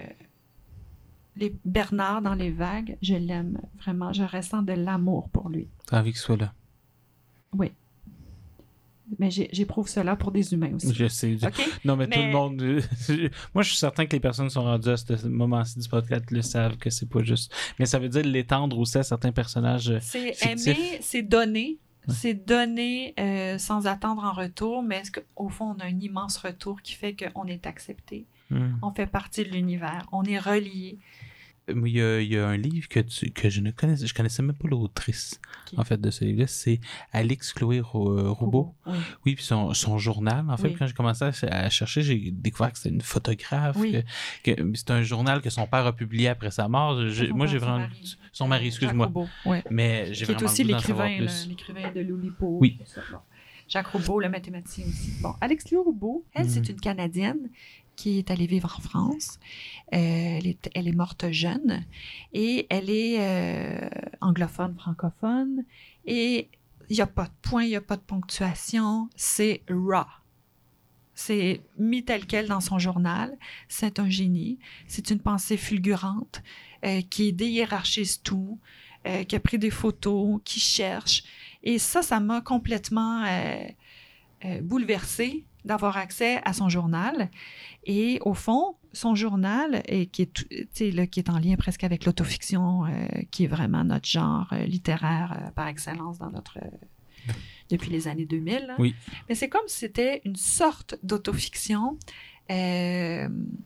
Les Bernard dans les vagues, je l'aime vraiment. Je ressens de l'amour pour lui. T'as envie qu'il soit là. Oui. Mais j'ai, j'éprouve cela pour des humains aussi. Je sais. Okay? Non, mais, mais tout le monde... Moi, je suis certain que les personnes qui sont rendues à ce moment-ci du podcast le savent que c'est pas juste. Mais ça veut dire l'étendre aussi à certains personnages c'est fictifs. Aimer, c'est donner. C'est donner euh, sans attendre en retour, mais au fond, on a un immense retour qui fait qu'on est accepté. Mm. On fait partie de l'univers. On est relié. Il y a, il y a un livre que, tu, que je ne connaissais, je connaissais même pas l'autrice, okay. en fait, de ce livre-là. C'est Alix Chloé Roubaud. Oui, oui puis son, son journal. En fait, oui. quand j'ai commencé à, à chercher, j'ai découvert que c'était une photographe. Oui. Que, que c'est un journal que son père a publié après sa mort. Je, moi, j'ai vraiment... Mari. Son mari, excuse-moi. Oui. Mais j'ai Qui vraiment est aussi voulu l'écrivain, en savoir plus. l'écrivain de l'Oulipo. Oui. Bon. Jacques Roubaud, le mathématicien aussi. Bon, Alix Chloé Roubaud, elle, mm. c'est une Canadienne qui est allée vivre en France. Euh, elle, est, elle est morte jeune et elle est euh, anglophone, francophone. Et il n'y a pas de point, il n'y a pas de ponctuation. C'est raw. C'est mis tel quel dans son journal. C'est un génie. C'est une pensée fulgurante euh, qui déhiérarchise tout, euh, qui a pris des photos, qui cherche. Et ça, ça m'a complètement euh, euh, bouleversée d'avoir accès à son journal. Et au fond, son journal, et qui, est, là, qui est en lien presque avec l'autofiction, euh, qui est vraiment notre genre euh, littéraire euh, par excellence dans notre, euh, depuis les années deux mille. Hein. Oui. Mais c'est comme si c'était une sorte d'autofiction euh,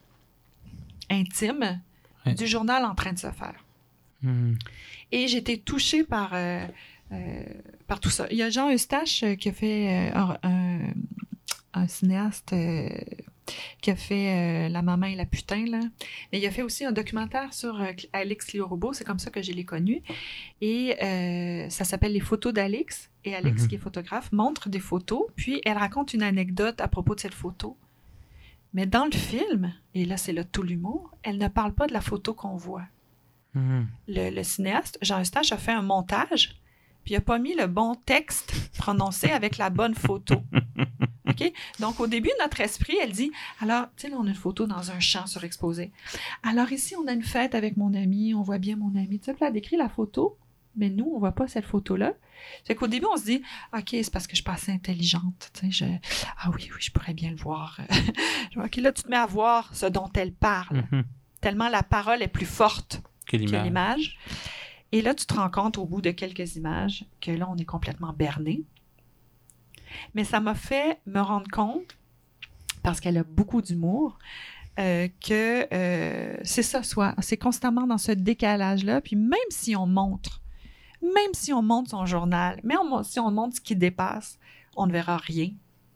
intime oui. du journal en train de se faire. Mmh. Et j'ai été touchée par, euh, euh, par tout ça. Il y a Jean Eustache qui a fait euh, un... un un cinéaste euh, qui a fait euh, La maman et la putain, là. Mais il a fait aussi un documentaire sur euh, Alix Chloé Roubaud, c'est comme ça que je l'ai connu. Et euh, ça s'appelle Les photos d'Alix. Et Alix, mm-hmm. qui est photographe, montre des photos, puis elle raconte une anecdote à propos de cette photo. Mais dans le film, et là c'est là tout l'humour, elle ne parle pas de la photo qu'on voit. Mm-hmm. Le, le cinéaste, Jean Eustache, a fait un montage, puis il n'a pas mis le bon texte prononcé avec la bonne photo. OK? Donc, au début, notre esprit, elle dit, alors, tu sais, là, on a une photo dans un champ surexposé. Alors, ici, on a une fête avec mon ami, on voit bien mon ami. Tu sais, puis là, elle décrit la photo, mais nous, on ne voit pas cette photo-là. C'est qu'au début, on se dit, OK, c'est parce que je suis pas assez intelligente. Tu sais, je... Ah oui, oui, je pourrais bien le voir. OK, là, tu te mets à voir ce dont elle parle. Mm-hmm. Tellement la parole est plus forte que l'image. que l'image. Et là, tu te rends compte au bout de quelques images que là, on est complètement berné. Mais ça m'a fait me rendre compte, parce qu'elle a beaucoup d'humour, euh, que euh, c'est ça, soit, c'est constamment dans ce décalage-là. Puis même si on montre, même si on montre son journal, même si on montre ce qui dépasse, on ne verra rien.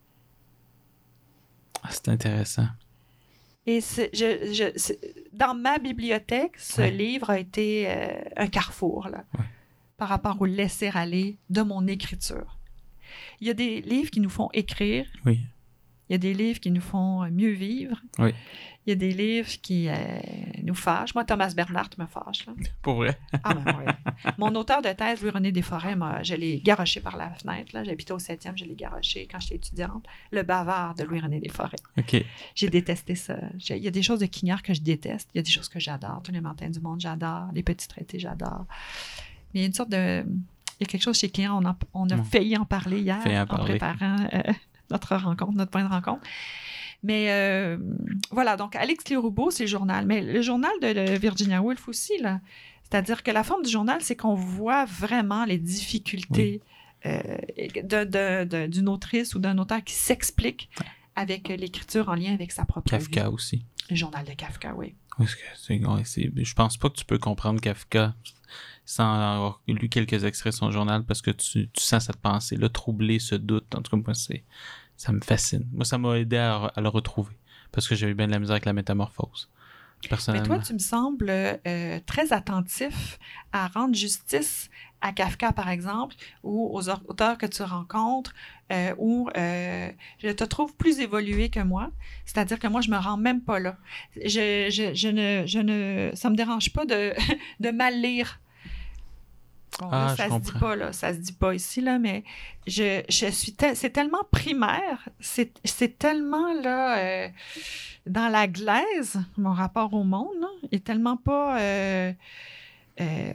Ah, c'est intéressant. Et c'est, je, je, c'est, dans ma bibliothèque, ce ouais. livre a été euh, un carrefour là, ouais. par rapport au laisser-aller de mon écriture. Il y a des livres qui nous font écrire. Oui. Il y a des livres qui nous font mieux vivre. Oui. Il y a des livres qui euh, nous fâchent. Moi, Thomas Bernhardt me fâche. Là. Pour vrai? Ah ben oui. Mon auteur de thèse, Louis-René Desforêts, moi, je l'ai garoché par la fenêtre. Là. J'habitais au septième, je l'ai garoché quand j'étais étudiante. Le bavard de Louis-René Desforêts. OK. J'ai détesté ça. J'ai, il y a des choses de Quignard que je déteste. Il y a des choses que j'adore. Tous les matins du monde, j'adore. Les petits traités, j'adore. Mais il y a une sorte de... Il y a quelque chose chez Quignard, on a, on a mmh. failli en parler hier en, en parler. préparant euh, notre rencontre, notre point de rencontre. Mais euh, voilà, donc Alix Liroubeau, c'est le journal. Mais le journal de, de Virginia Woolf aussi, là. C'est-à-dire que la forme du journal, c'est qu'on voit vraiment les difficultés oui. euh, de, de, de, d'une autrice ou d'un auteur qui s'explique avec l'écriture en lien avec sa propre Kafka vie. Kafka aussi. Le journal de Kafka, oui. Parce que c'est, c'est, je pense pas que tu peux comprendre Kafka sans avoir lu quelques extraits de son journal parce que tu, tu sens cette pensée-là troubler, ce doute. En tout cas, moi, c'est, ça me fascine. Moi, ça m'a aidé à, à le retrouver parce que j'ai eu bien de la misère avec la métamorphose. Personnellement. Mais toi, tu me sembles euh, très attentif à rendre justice à Kafka, par exemple, ou aux auteurs que tu rencontres, euh, où euh, je te trouve plus évolué que moi. C'est-à-dire que moi, je me rends même pas là. Je, je, je ne, je ne, ça me dérange pas de, de mal lire. Bon, ah, là, ça je se comprends. dit pas, là. Ça se dit pas ici, là, mais je, je suis te- c'est tellement primaire, c'est, c'est tellement, là, euh, dans la glaise, mon rapport au monde, là, est tellement pas... Euh, euh,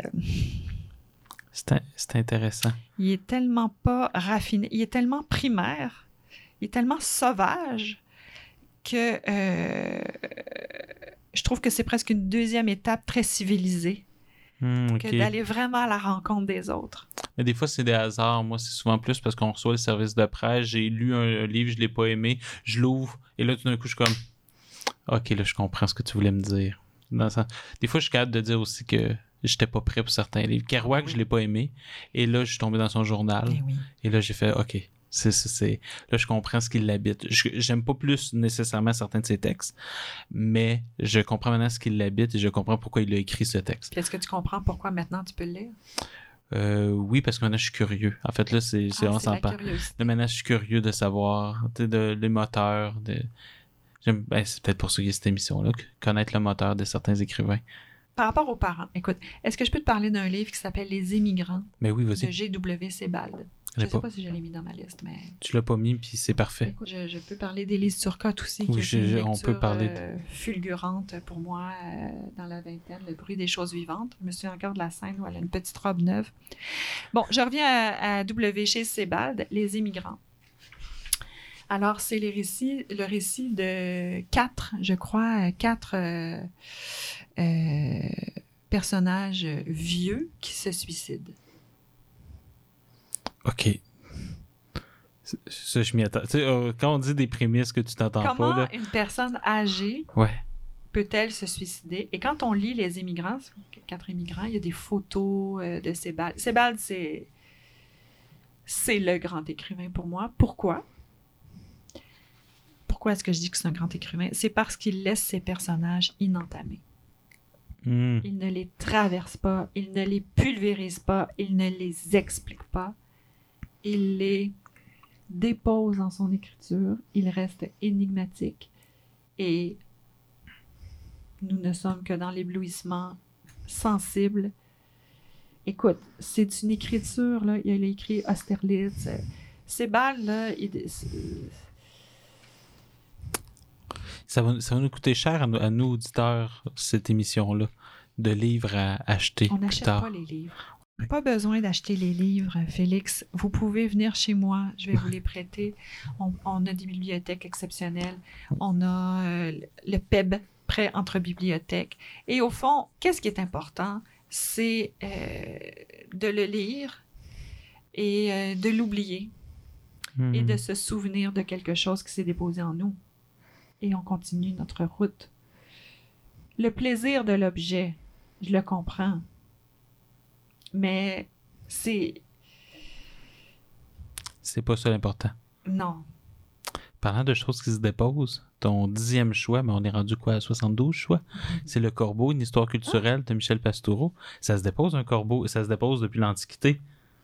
c'est, c'est intéressant. Il est tellement pas raffiné, il est tellement primaire, il est tellement sauvage que euh, je trouve que c'est presque une deuxième étape très civilisée. Mmh, okay. Que d'aller vraiment à la rencontre des autres. Mais des fois, c'est des hasards. Moi, c'est souvent plus parce qu'on reçoit le service de presse. J'ai lu un, un livre, je ne l'ai pas aimé. Je l'ouvre et là, tout d'un coup, je suis comme OK, là, je comprends ce que tu voulais me dire. Dans ça... Des fois, je suis capable de dire aussi que j'étais pas prêt pour certains livres. Kerouac, oui. je ne l'ai pas aimé. Et là, je suis tombé dans son journal. Et, oui. et là, j'ai fait OK. C'est, c'est, c'est... Là, je comprends ce qui l'habite. Je, j'aime pas plus nécessairement certains de ses textes, mais je comprends maintenant ce qui l'habite et je comprends pourquoi il a écrit ce texte. Puis est-ce que tu comprends pourquoi maintenant tu peux le lire? Euh, oui, parce que maintenant, je suis curieux. En fait, là, c'est, c'est, ah, on c'est s'en parle. Là, maintenant, je suis curieux de savoir, tu sais, de, les moteurs. De... J'aime... Ben, c'est peut-être pour ça qu'il y a cette émission-là, connaître le moteur de certains écrivains. Par rapport aux parents, écoute, est-ce que je peux te parler d'un livre qui s'appelle Les Émigrants mais oui, vas-y. de G W Sebald? Je ne sais pas. pas si je l'ai mis dans ma liste, mais... Tu l'as pas mis, puis c'est parfait. Écoute, je, je peux parler d'Élise Turcotte aussi, oui, qui est une je, lecture on peut parler de... euh, fulgurante pour moi euh, dans la vingtaine, Le bruit des choses vivantes. Je me souviens encore de la scène où elle a une petite robe neuve. Bon, je reviens à, à W. G. Sebald, Les Émigrants. Alors, c'est les récits, le récit de quatre, je crois, quatre euh, euh, personnages vieux qui se suicident. OK. Ça, je m'y attends. Tu sais, euh, quand on dit des prémices que tu t'entends Comment pas... Comment une personne âgée ouais. peut-elle se suicider? Et quand on lit Les Émigrants, quatre immigrants, il y a des photos euh, de Sebald. Sebald, c'est... c'est le grand écrivain pour moi. Pourquoi? Pourquoi est-ce que je dis que c'est un grand écrivain? C'est parce qu'il laisse ses personnages inentamés. Mm. Il ne les traverse pas, il ne les pulvérise pas, il ne les explique pas. Il les dépose dans son écriture, il reste énigmatique et nous ne sommes que dans l'éblouissement sensible. Écoute, c'est une écriture, là, il a écrit Austerlitz. Sebald, là, il... Ça va, ça va nous coûter cher à nous, à nous auditeurs, cette émission-là, de livres à acheter. On n'achète pas les livres. Pas besoin d'acheter les livres, Félix. Vous pouvez venir chez moi, je vais vous les prêter. On, on a des bibliothèques exceptionnelles. On a euh, le P E B près entre bibliothèques. Et au fond, qu'est-ce qui est important? C'est euh, de le lire et euh, de l'oublier mmh. et de se souvenir de quelque chose qui s'est déposé en nous. Et on continue notre route. Le plaisir de l'objet, je le comprends. Mais c'est... C'est pas ça l'important. Non. Parlant de choses qui se déposent, ton dixième choix, mais on est rendu quoi à soixante-douze choix? Mm-hmm. C'est Le Corbeau, une histoire culturelle de Michel Pastoureau. Ça se dépose un corbeau, ça se dépose depuis l'Antiquité.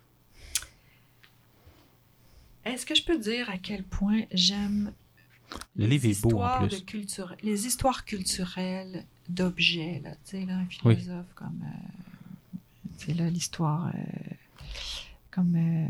Est-ce que je peux dire à quel point j'aime le livre est beau en plus. De culture, les histoires culturelles d'objets, là, tu sais, là, un philosophe oui. comme, euh, tu sais, là, l'histoire, euh, comme euh,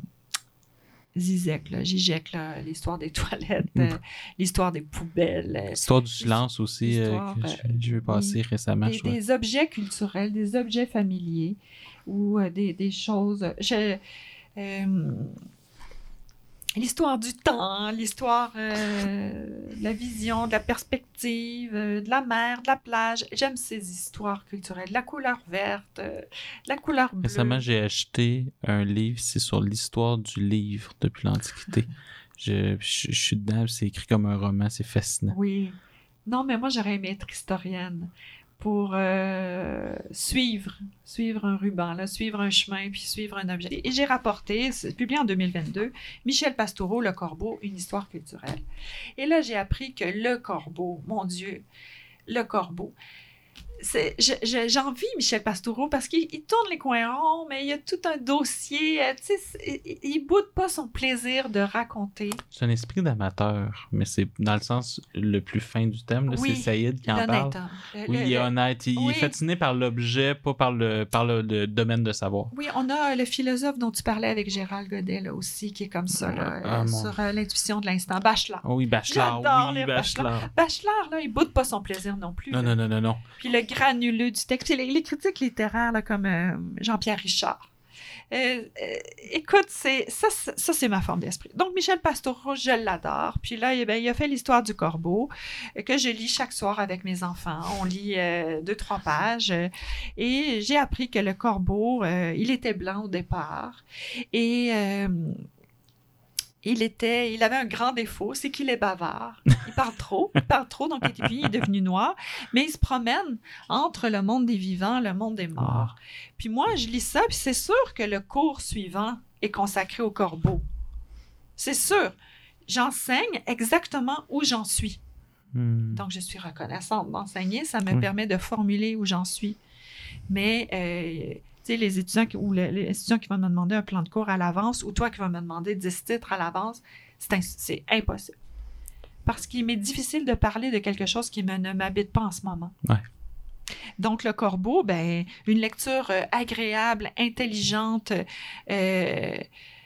Zizek, là, Zizek, là, l'histoire des toilettes, mmh. euh, l'histoire des poubelles. L'histoire du silence aussi, euh, que j'ai vu passer oui, récemment. Des, des objets culturels, des objets familiers, ou euh, des, des choses... Je, euh, l'histoire du temps, l'histoire euh, de la vision, de la perspective, euh, de la mer, de la plage. J'aime ces histoires culturelles. La couleur verte, euh, la couleur bleue. Récemment, j'ai acheté un livre, c'est sur l'histoire du livre depuis l'Antiquité. je, je, je suis dedans, c'est écrit comme un roman, c'est fascinant. Oui. Non, mais moi, j'aurais aimé être historienne pour euh, suivre, suivre un ruban, là, suivre un chemin, puis suivre un objet. Et j'ai rapporté, c'est publié en deux mille vingt-deux, Michel Pastoureau, Le Corbeau, une histoire culturelle. Et là, j'ai appris que Le Corbeau, mon Dieu, Le Corbeau, c'est, je, je, j'envie Michel Pastoureau parce qu'il il tourne les coins ronds, mais il y a tout un dossier, tu sais, il, il boude pas son plaisir de raconter. C'est un esprit d'amateur, mais c'est dans le sens le plus fin du thème, là, oui, c'est Saïd qui en parle. Le, oui, le, il est honnête, il, oui. il est fasciné par l'objet, pas par le, par le, le domaine de savoir. Oui, on a le philosophe dont tu parlais avec Gérald Godet, là, aussi, qui est comme ça, là, ah, euh, sur euh, l'intuition de l'instant. Bachelard. Oh oui, Bachelard, J'adore oui, les Bachelard. Bachelard, là, il boude pas son plaisir non plus. Non, là. non, non, non, non. Puis le granuleux du texte. Puis les, les critiques littéraires, là, comme euh, Jean-Pierre Richard. Euh, euh, écoute, c'est, ça, ça, c'est ma forme d'esprit. Donc, Michel Pastoureau, je l'adore. Puis là, eh bien, il a fait l'histoire du corbeau, euh, que je lis chaque soir avec mes enfants. On lit euh, deux, trois pages. Euh, et j'ai appris que le corbeau, euh, il était blanc au départ. Et... Euh, Il, était, il avait un grand défaut, c'est qu'il est bavard. Il parle trop, il parle trop, donc puis il est devenu noir. Mais il se promène entre le monde des vivants et le monde des morts. Ah. Puis moi, je lis ça, puis c'est sûr que le cours suivant est consacré au corbeau. C'est sûr. J'enseigne exactement où j'en suis. Hmm. Donc, je suis reconnaissante d'enseigner. Ça me oui. permet de formuler où j'en suis. Mais... Euh, tu sais, les étudiants qui, ou les, les étudiants qui vont me demander un plan de cours à l'avance ou toi qui vas me demander dix titres à l'avance, c'est, un, c'est impossible. Parce qu'il m'est difficile de parler de quelque chose qui me, ne m'habite pas en ce moment. Ouais. Donc, Le Corbeau, ben, une lecture euh, agréable, intelligente, euh,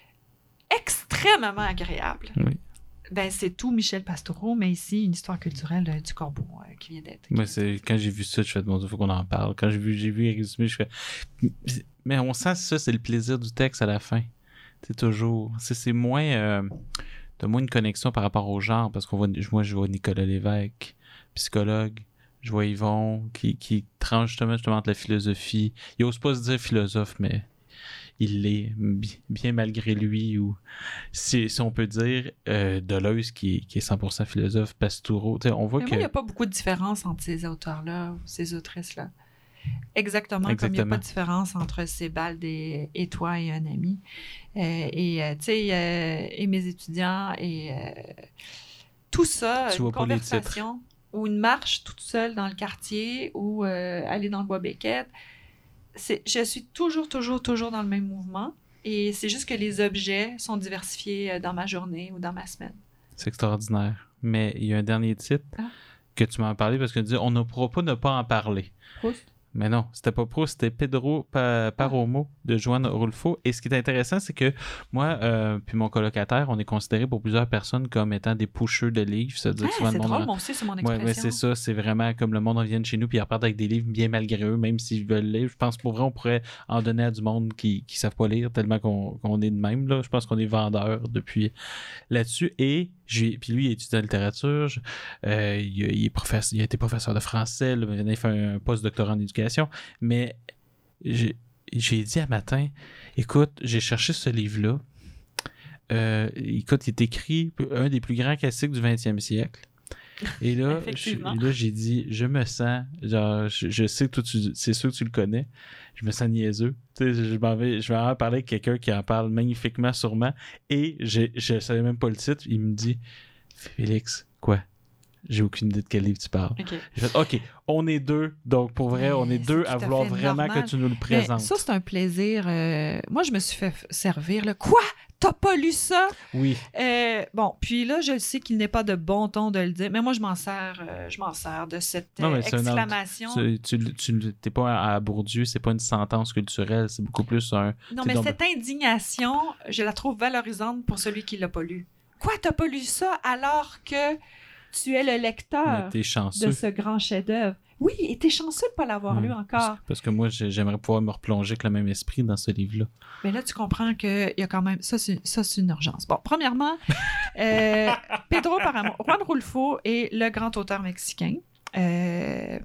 extrêmement agréable. Oui. Ben, c'est tout Michel Pastoureau, mais ici, une histoire culturelle euh, du corbeau euh, qui vient d'être. Mais c'est, quand j'ai vu ça, je fais, bon, il faut qu'on en parle. Quand j'ai vu, j'ai vu résumé, je fais. Mais on sent ça, c'est le plaisir du texte à la fin. C'est toujours. C'est, c'est moins. Euh, t'as moins une connexion par rapport au genre, parce qu'on voit. Moi, je vois Nicolas Lévesque, psychologue. Je vois Yvon qui, qui tranche justement, justement entre la philosophie. Il n'ose pas se dire philosophe, mais. Il l'est, bien malgré lui, ou si, si on peut dire, euh, Deleuze qui, qui est cent pour cent philosophe, Pastoureau, on voit mais que... moi, il n'y a pas beaucoup de différence entre ces auteurs-là ou ces autrices-là. Exactement, Exactement. Comme il n'y a pas de différence entre Sebald et, et toi et un ami. Euh, et, euh, tu sais, euh, et mes étudiants, et euh, tout ça, tu une conversation ou une marche toute seule dans le quartier ou euh, aller dans le Bois-Béquette. C'est, je suis toujours, toujours, toujours dans le même mouvement et c'est juste que les objets sont diversifiés dans ma journée ou dans ma semaine. C'est extraordinaire. Mais il y a un dernier titre ah. que tu m'as parlé parce que tu dis on ne pourra pas ne pas en parler. Proust. Mais non, c'était pas Proust, c'était Pedro pa- Páramo de Juan Rulfo. Et ce qui est intéressant, c'est que moi euh, puis mon colocataire, on est considérés pour plusieurs personnes comme étant des pushers de livres. C'est-à-dire ah, que souvent, c'est le monde drôle, en... moi aussi, c'est mon expression. Ouais, ouais, c'est ça. C'est vraiment comme le monde revient chez nous puis ils repartent avec des livres bien malgré eux, même s'ils veulent lire. Je pense pour vrai, on pourrait en donner à du monde qui ne savent pas lire tellement qu'on, qu'on est de même. Là. Je pense qu'on est vendeur depuis là-dessus. Et j'ai... puis lui, il étudie en littérature. Je... Euh, il, il, est professeur... il a été professeur de français. Là. Il a fait un post-doctorat en éducation. Mais j'ai, j'ai dit un matin, écoute, j'ai cherché ce livre-là. Euh, écoute, il est écrit un des plus grands classiques du vingtième siècle. Et là, je, là j'ai dit, je me sens, genre, je, je sais que toi, tu, c'est sûr que tu le connais, je me sens niaiseux. Tu sais, je m'en vais, je vais en parler avec quelqu'un qui en parle magnifiquement, sûrement, et j'ai, je savais même pas le titre. Il me dit, Félix, quoi? J'ai aucune idée de quel livre tu parles. Okay. J'ai fait, OK, on est deux, donc pour vrai, mais on est deux à vouloir vraiment normal. Que tu nous le présentes. Mais ça, c'est un plaisir. Euh, moi, je me suis fait servir. Là. Quoi? T'as pas lu ça? Oui. Euh, bon, puis là, je sais qu'il n'est pas de bon ton de le dire, mais moi, je m'en sers, euh, je m'en sers de cette euh, non, exclamation. Un, tu n'es pas à Bourdieu, c'est pas une sentence culturelle, c'est beaucoup plus un... Non, mais cette indignation, je la trouve valorisante pour celui qui l'a pas lu. Quoi, t'as pas lu ça alors que tu es le lecteur de ce grand chef-d'œuvre? Oui, et t'es chanceux de ne pas l'avoir mmh. lu encore. Parce que moi, j'aimerais pouvoir me replonger avec le même esprit dans ce livre-là. Mais là, tu comprends qu'il y a quand même... Ça, c'est, ça, c'est une urgence. Bon, premièrement, euh, Pedro Páramo, Juan Rulfo est le grand auteur mexicain. Euh,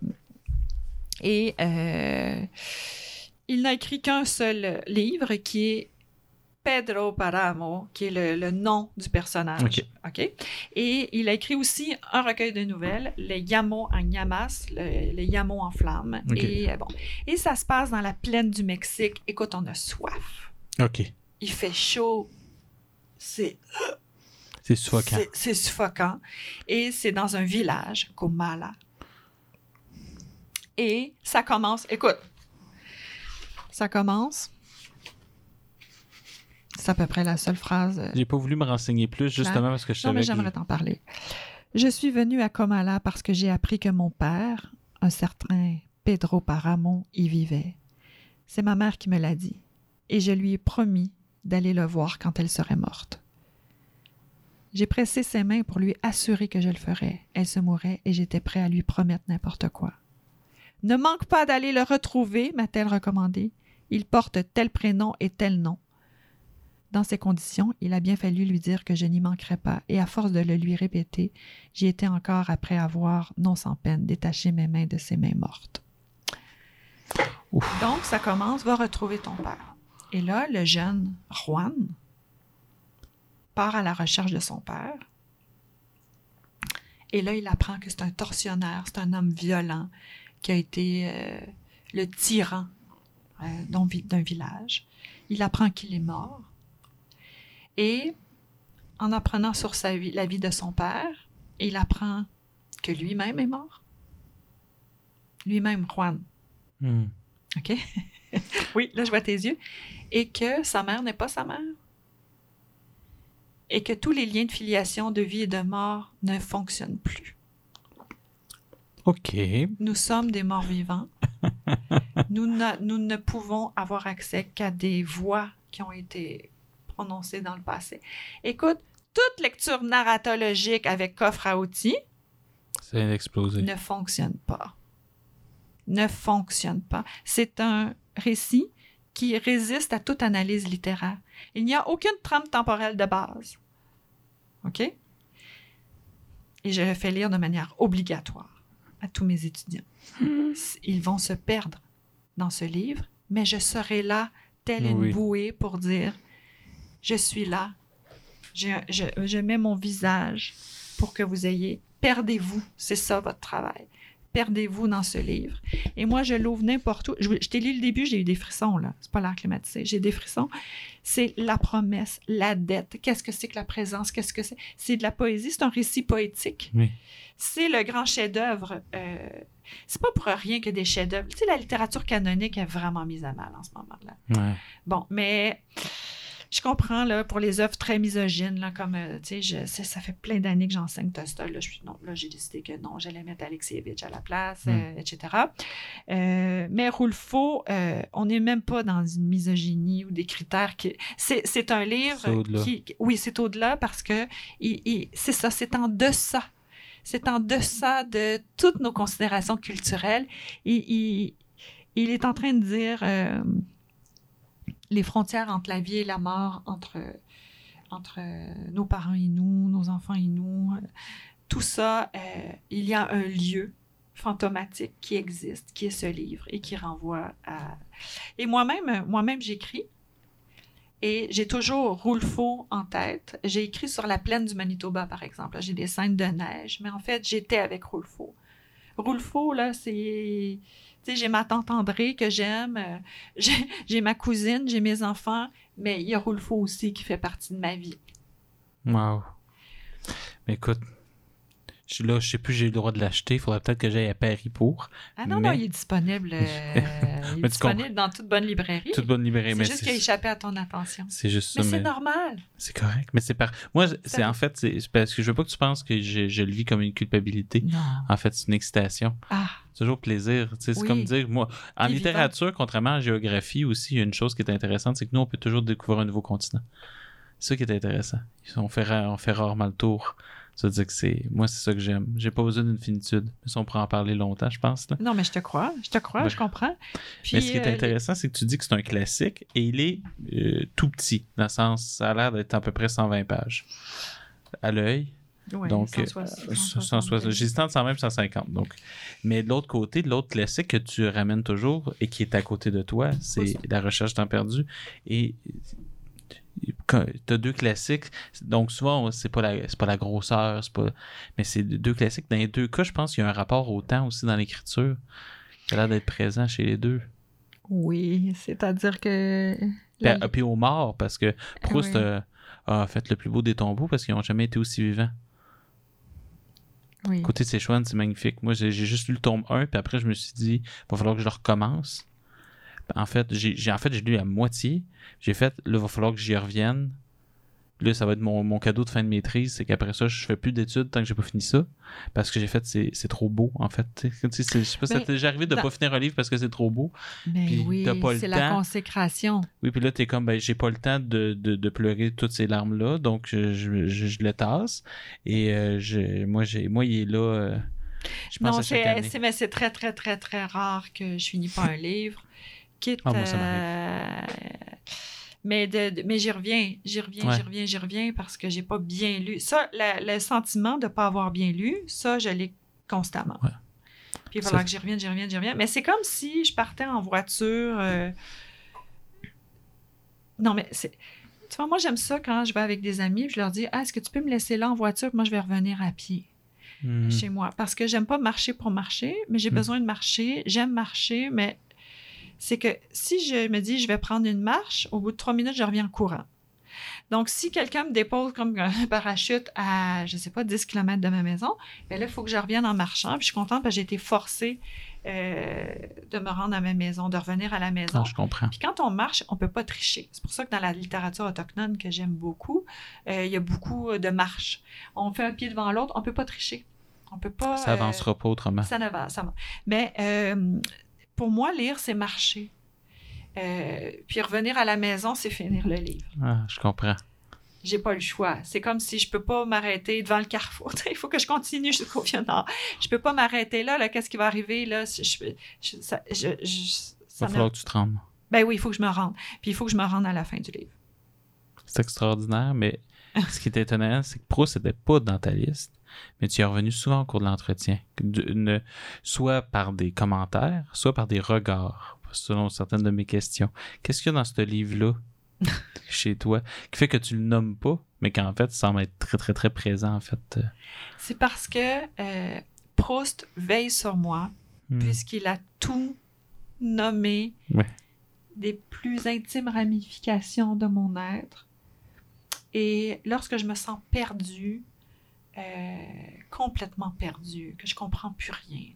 et euh, il n'a écrit qu'un seul livre qui est Pedro Páramo, qui est le, le nom du personnage. Okay. OK? Et il a écrit aussi un recueil de nouvelles, Les Llamo en Llamas, le, Les Llamo en flammes. Okay. Et, bon. Et ça se passe dans la plaine du Mexique. Écoute, on a soif. OK. Il fait chaud. C'est... C'est suffocant. C'est, c'est suffocant. Et c'est dans un village, Comala. Et ça commence... Écoute, ça commence... C'est à peu près la seule phrase. Euh, J'ai pas voulu me renseigner plus, justement, là. Parce que je savais Non, mais j'aimerais que... t'en parler. Je suis venue à Comala parce que j'ai appris que mon père, un certain Pedro Páramo, y vivait. C'est ma mère qui me l'a dit. Et je lui ai promis d'aller le voir quand elle serait morte. J'ai pressé ses mains pour lui assurer que je le ferais. Elle se mourait et j'étais prêt à lui promettre n'importe quoi. « Ne manque pas d'aller le retrouver, m'a-t-elle recommandé. Il porte tel prénom et tel nom. » Dans ces conditions, il a bien fallu lui dire que je n'y manquerais pas, et à force de le lui répéter, j'y étais encore après avoir, non sans peine, détaché mes mains de ses mains mortes. Ouf. Donc, ça commence, va retrouver ton père. Et là, le jeune Juan part à la recherche de son père. Et là, il apprend que c'est un tortionnaire, c'est un homme violent qui a été euh, le tyran euh, d'un, d'un village. Il apprend qu'il est mort. Et en apprenant sur sa vie, la vie de son père, il apprend que lui-même est mort. Lui-même, Juan. Mm. OK? Oui, là, je vois tes yeux. Et que sa mère n'est pas sa mère. Et que tous les liens de filiation, de vie et de mort ne fonctionnent plus. OK. Nous sommes des morts vivants. nous, ne, nous ne pouvons avoir accès qu'à des voix qui ont été prononcées dans le passé. Écoute, toute lecture narratologique avec coffre à outils c'est explosé. Ne fonctionne pas. Ne fonctionne pas. C'est un récit qui résiste à toute analyse littéraire. Il n'y a aucune trame temporelle de base. OK? Et je le fais lire de manière obligatoire à tous mes étudiants. Mmh. Ils vont se perdre dans ce livre, mais je serai là, telle une oui. bouée, pour dire « Je suis là, je, je, je mets mon visage pour que vous ayez... Perdez-vous, c'est ça votre travail. Perdez-vous dans ce livre. » Et moi, je l'ouvre n'importe où. Je, je t'ai lu le début, j'ai eu des frissons, là. C'est pas l'air climatisé. J'ai des frissons. C'est la promesse, la dette. Qu'est-ce que c'est que la présence? Qu'est-ce que c'est? C'est de la poésie, c'est un récit poétique. Oui. C'est le grand chef-d'œuvre. Euh, c'est pas pour rien que des chefs-d'œuvre. Tu sais, la littérature canonique est vraiment mise à mal en ce moment-là. Ouais. Bon, mais je comprends, là, pour les œuvres très misogynes, là, comme, euh, tu sais, ça fait plein d'années que j'enseigne Tolstoï. Là, je, non, là, j'ai décidé que non, j'allais mettre Alexievitch à la place, mm. euh, et cetera. Euh, mais Rulfo, euh, on n'est même pas dans une misogynie ou des critères qui... C'est, c'est un livre c'est qui... Oui, c'est au-delà parce que il, il, c'est ça, c'est en deçà. C'est en deçà de toutes nos considérations culturelles. Il, il, il est en train de dire... Euh, les frontières entre la vie et la mort, entre, entre nos parents et nous, nos enfants et nous, tout ça, euh, il y a un lieu fantomatique qui existe, qui est ce livre et qui renvoie à... Et moi-même, moi-même j'écris et j'ai toujours Rulfo en tête. J'ai écrit sur la plaine du Manitoba, par exemple. Là, j'ai des scènes de neige, mais en fait, j'étais avec Rulfo. Rulfo, là, c'est... Tu sais, j'ai ma tante André que j'aime, euh, j'ai, j'ai ma cousine, j'ai mes enfants, mais il y a Rulfo aussi qui fait partie de ma vie. Wow. Mais écoute, je suis là, je sais plus, j'ai le droit de l'acheter, il faudrait peut-être que j'aille à Paris pour. Ah non, mais... non, il est disponible, euh, il est disponible dans toute bonne librairie. Toute bonne librairie. C'est mais juste c'est... qu'il a échappé à ton attention. C'est juste ça. Mais, mais c'est normal. C'est correct, mais c'est par... Moi, c'est ça... en fait, c'est... c'est parce que je veux pas que tu penses que je, je le vis comme une culpabilité. Non. En fait, c'est une excitation. Ah. C'est toujours plaisir. Tu sais, c'est oui. comme dire, moi, en Évident. littérature, contrairement à la géographie aussi, il y a une chose qui est intéressante, c'est que nous, on peut toujours découvrir un nouveau continent. C'est ça qui est intéressant. On fait, ra... on fait rarement le tour. Ça veut dire que c'est... Moi, c'est ça que j'aime. J'ai pas besoin d'une finitude. Mais ça, on pourrait en parler longtemps, je pense. Là. Non, mais je te crois. Je te crois, ouais. Je comprends. Puis, mais ce qui est euh, intéressant, les... c'est que tu dis que c'est un classique et il est euh, tout petit. Dans le sens, ça a l'air d'être à peu près cent vingt pages. À l'œil. Ouais, donc, cent soixante, cent soixante, j'hésite entre même cent cinquante. Donc. Mais de l'autre côté, de l'autre classique que tu ramènes toujours et qui est à côté de toi, c'est La Recherche temps perdu. Et t'as deux classiques, donc souvent c'est pas la, c'est pas la grosseur, c'est pas, mais c'est deux classiques. Dans les deux cas, je pense qu'il y a un rapport au temps aussi dans l'écriture qui a l'air d'être présent chez les deux. Oui, c'est-à-dire que... La... Puis, puis au mort, parce que Proust oui. a, a fait le plus beau des tombeaux parce qu'ils n'ont jamais été aussi vivants. Oui. Côté de Séchouane, c'est magnifique. Moi, j'ai, j'ai juste lu le tome un, puis après, je me suis dit, il va falloir que je le recommence. En fait, j'ai, j'ai, en fait, j'ai lu à moitié. J'ai fait, là, il va falloir que j'y revienne. Là, ça va être mon, mon cadeau de fin de maîtrise. C'est qu'après ça, je fais plus d'études tant que j'ai pas fini ça. Parce que j'ai fait, c'est, c'est trop beau, en fait. Tu sais, c'est, je sais pas si ça t'est déjà arrivé de dans... pas finir un livre parce que c'est trop beau. Mais puis, oui, t'as pas le c'est temps. La consécration. Oui, puis là, t'es comme, ben, j'ai pas le temps de, de, de pleurer toutes ces larmes-là. Donc, je, je, je, je le tasse. Et euh, je, moi, j'ai, moi, il est là. Euh, je pense non, à chaque c'est, année. c'est, mais c'est très, très, très, très rare que je finis pas un livre. Quitte, ah, moi, ça m'arrive. Euh... Mais, de, de, mais j'y reviens, j'y reviens, ouais. j'y reviens, j'y reviens parce que j'ai pas bien lu. Ça, la, le sentiment de pas avoir bien lu, ça, je l'ai constamment. Ouais. Puis il va falloir que j'y revienne, j'y revienne, j'y revienne. Mais c'est comme si je partais en voiture. Euh... Non, mais c'est... Tu vois, moi, j'aime ça quand je vais avec des amis, je leur dis, ah, est-ce que tu peux me laisser là en voiture? Moi, je vais revenir à pied. Mmh. Chez moi. Parce que j'aime pas marcher pour marcher, mais j'ai mmh. besoin de marcher. J'aime marcher, mais c'est que si je me dis je vais prendre une marche, au bout de trois minutes, je reviens en courant. Donc, si quelqu'un me dépose comme un parachute à, je sais pas, dix kilomètres de ma maison, bien là, il faut que je revienne en marchant. Puis je suis contente parce que j'ai été forcée euh, de me rendre à ma maison, de revenir à la maison. Ah, je comprends. Puis quand on marche, on peut pas tricher. C'est pour ça que dans la littérature autochtone que j'aime beaucoup, euh, il y a beaucoup de marches. On fait un pied devant l'autre, on peut pas tricher. On peut pas... Ça avancera euh, pas autrement. Ça ne va, ça va. Mais euh, pour moi, lire, c'est marcher. Euh, puis revenir à la maison, c'est finir le livre. Ah, je comprends. J'ai pas le choix. C'est comme si je peux pas m'arrêter devant le carrefour. Il faut que je continue jusqu'au Vieux-Nord. Je peux pas m'arrêter là. là. Qu'est-ce qui va arriver? Là? Je, je, ça, je, je, ça il va falloir que tu te rendes. Ben oui, il faut que je me rende. Puis il faut que je me rende à la fin du livre. C'est extraordinaire, mais ce qui est étonnant, c'est que Proust n'était pas dans ta liste, mais tu y es revenu souvent au cours de l'entretien. Une, soit par des commentaires, soit par des regards, selon certaines de mes questions. Qu'est-ce qu'il y a dans ce livre-là, chez toi, qui fait que tu le nommes pas, mais qu'en fait, ça semble être très, très, très présent, en fait? C'est parce que euh, Proust veille sur moi, hmm. puisqu'il a tout nommé ouais. des plus intimes ramifications de mon être. Et lorsque je me sens perdue, euh, complètement perdue, que je comprends plus rien,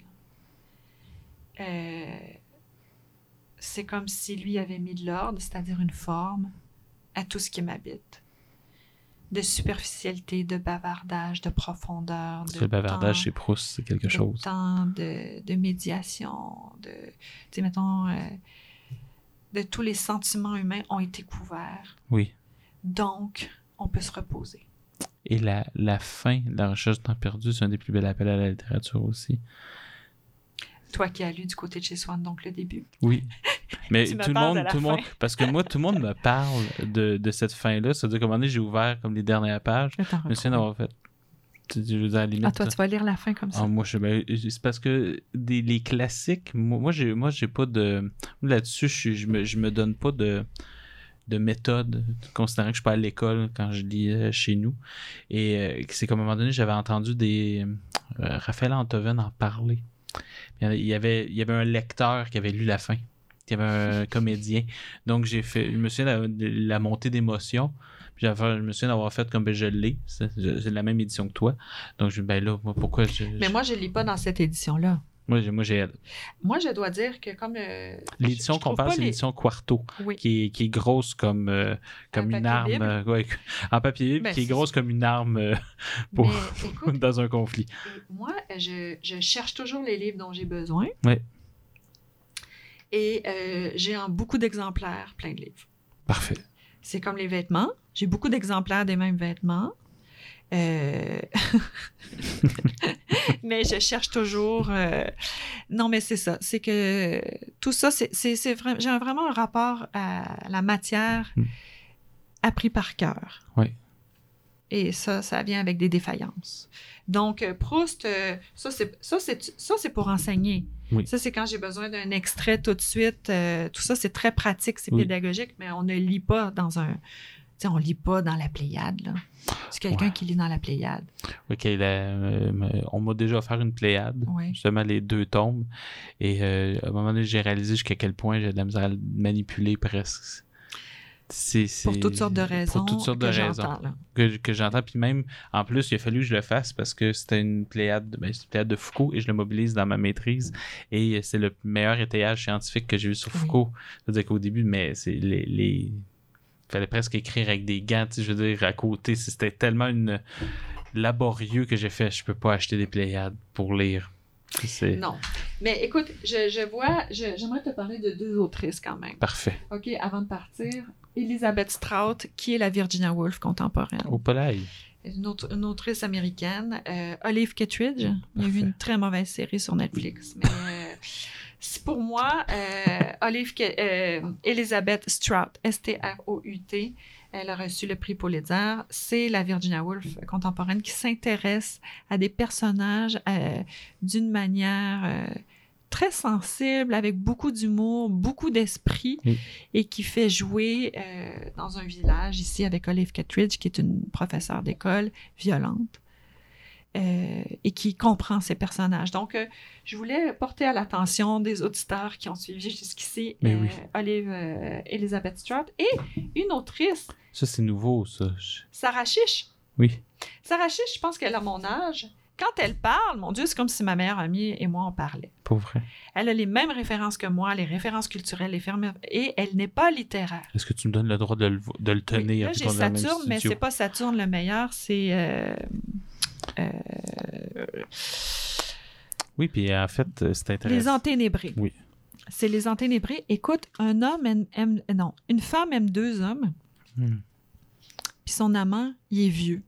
euh, c'est comme si lui avait mis de l'ordre, c'est-à-dire une forme, à tout ce qui m'habite. De superficialité, de bavardage, de profondeur. De le bavardage chez Proust, c'est quelque de chose. Temps, de, de médiation, de, tu sais, mettons, euh, de tous les sentiments humains ont été couverts. Oui. Donc, on peut se reposer. Et la, la fin, La recherche du temps perdu, c'est un des plus bels appels à la littérature aussi. Toi qui as lu du côté de chez Swann, donc le début. Oui. Mais tu me tout le parles monde, de la tout le monde, parce que moi, tout le monde me parle de, de cette fin-là. C'est-à-dire qu'à un moment donné, j'ai ouvert comme les dernières pages. Je me souviens d'avoir fait. Je veux dire, à la limite, ah, toi, tu vas lire la fin comme ça. Ah, moi, je, ben, c'est parce que des, les classiques, moi, moi, j'ai, moi, j'ai pas de. Là-dessus, je, je, me, je me donne pas de. de méthode, considérant que je suis pas à l'école quand je lis euh, chez nous. Et euh, c'est qu'à un moment donné, j'avais entendu des euh, Raphaël Antoven en parler. Il y, avait, il y avait un lecteur qui avait lu la fin. Il y avait un comédien. Donc, j'ai fait, je me souviens de la, la montée d'émotion. Puis je me souviens d'avoir fait comme ben, je l'ai. C'est, c'est la même édition que toi. Donc, je ben là, moi, pourquoi je. Mais je... moi, je lis pas dans cette édition-là. Moi, j'ai, moi, j'ai... Moi, je dois dire que comme... Euh, l'édition je, je qu'on parle, c'est les... l'édition Quarto, oui. qui, est, qui est grosse comme, euh, comme une arme. Euh, ouais, en papier bible, ben, qui est, est grosse comme une arme euh, pour, mais, écoute, dans un conflit. Moi, je, je cherche toujours les livres dont j'ai besoin. Oui. Et euh, j'ai en beaucoup d'exemplaires plein de livres. Parfait. C'est comme les vêtements. J'ai beaucoup d'exemplaires des mêmes vêtements. Euh... mais je cherche toujours. Euh... Non, mais c'est ça. C'est que tout ça, c'est, c'est, c'est vraiment. J'ai vraiment un rapport à la matière mm. appris par cœur. Oui. Et ça, ça vient avec des défaillances. Donc, Proust, euh, ça, c'est, ça, c'est, ça, c'est pour enseigner. Oui. Ça, c'est quand j'ai besoin d'un extrait tout de suite. Euh, tout ça, c'est très pratique, c'est oui. pédagogique, mais on ne lit pas dans un. Tu sais, on lit pas dans la Pléiade, là. C'est quelqu'un ouais. qui lit dans la Pléiade. OK, la, euh, on m'a déjà offert une Pléiade, oui. justement les deux tombes. Et euh, à un moment donné, j'ai réalisé jusqu'à quel point j'ai de la misère à le manipuler presque. C'est, c'est... Pour toutes sortes de raisons Pour toutes sortes que de j'entends. Raisons, que, que j'entends. Puis même, en plus, il a fallu que je le fasse parce que c'était une Pléiade, ben, c'est une Pléiade de Foucault et je le mobilise dans ma maîtrise. Et c'est le meilleur étayage scientifique que j'ai eu sur Foucault. Oui. C'est-à-dire qu'au début, mais c'est les... les... il fallait presque écrire avec des gants, je veux dire, à côté. C'était tellement une... laborieux que j'ai fait, je peux pas acheter des Pléiades pour lire. C'est... Non. Mais écoute, je, je vois, je, j'aimerais te parler de deux autrices quand même. Parfait. OK, avant de partir, Elizabeth Strout, qui est la Virginia Woolf contemporaine. Au Polaï. Une, autre, une autrice américaine. Euh, Olive Kittredge. Parfait. Il y a eu une très mauvaise série sur Netflix. Mais euh, c'est pour moi, euh, Olive, euh, Elizabeth Strout, S T R O U T, elle a reçu le prix Pulitzer. C'est la Virginia Woolf contemporaine qui s'intéresse à des personnages euh, d'une manière euh, très sensible, avec beaucoup d'humour, beaucoup d'esprit, oui. et qui fait jouer euh, dans un village ici avec Olive Kittredge, qui est une professeure d'école violente. Euh, et qui comprend ces personnages. Donc, euh, je voulais porter à l'attention des auditeurs qui ont suivi jusqu'ici euh, oui. Olive euh, Elizabeth Strout et une autrice. Ça, c'est nouveau, ça. Sarah Chiche. Oui. Sarah Chiche, je pense qu'elle a mon âge. Quand elle parle, mon Dieu, c'est comme si ma meilleure amie et moi, on parlait. Pour vrai. Elle a les mêmes références que moi, les références culturelles, les fermes, et elle n'est pas littéraire. Est-ce que tu me donnes le droit de le, de le tenir? Oui, là, j'ai Saturne, mais c'est pas Saturne le meilleur, c'est... Euh, Euh... Oui, puis en fait, c'est intéressant. Les Enténébrés. Oui. C'est les Enténébrés. Écoute, un homme aime, aime... Non, une femme aime deux hommes, hmm. puis son amant, il est vieux.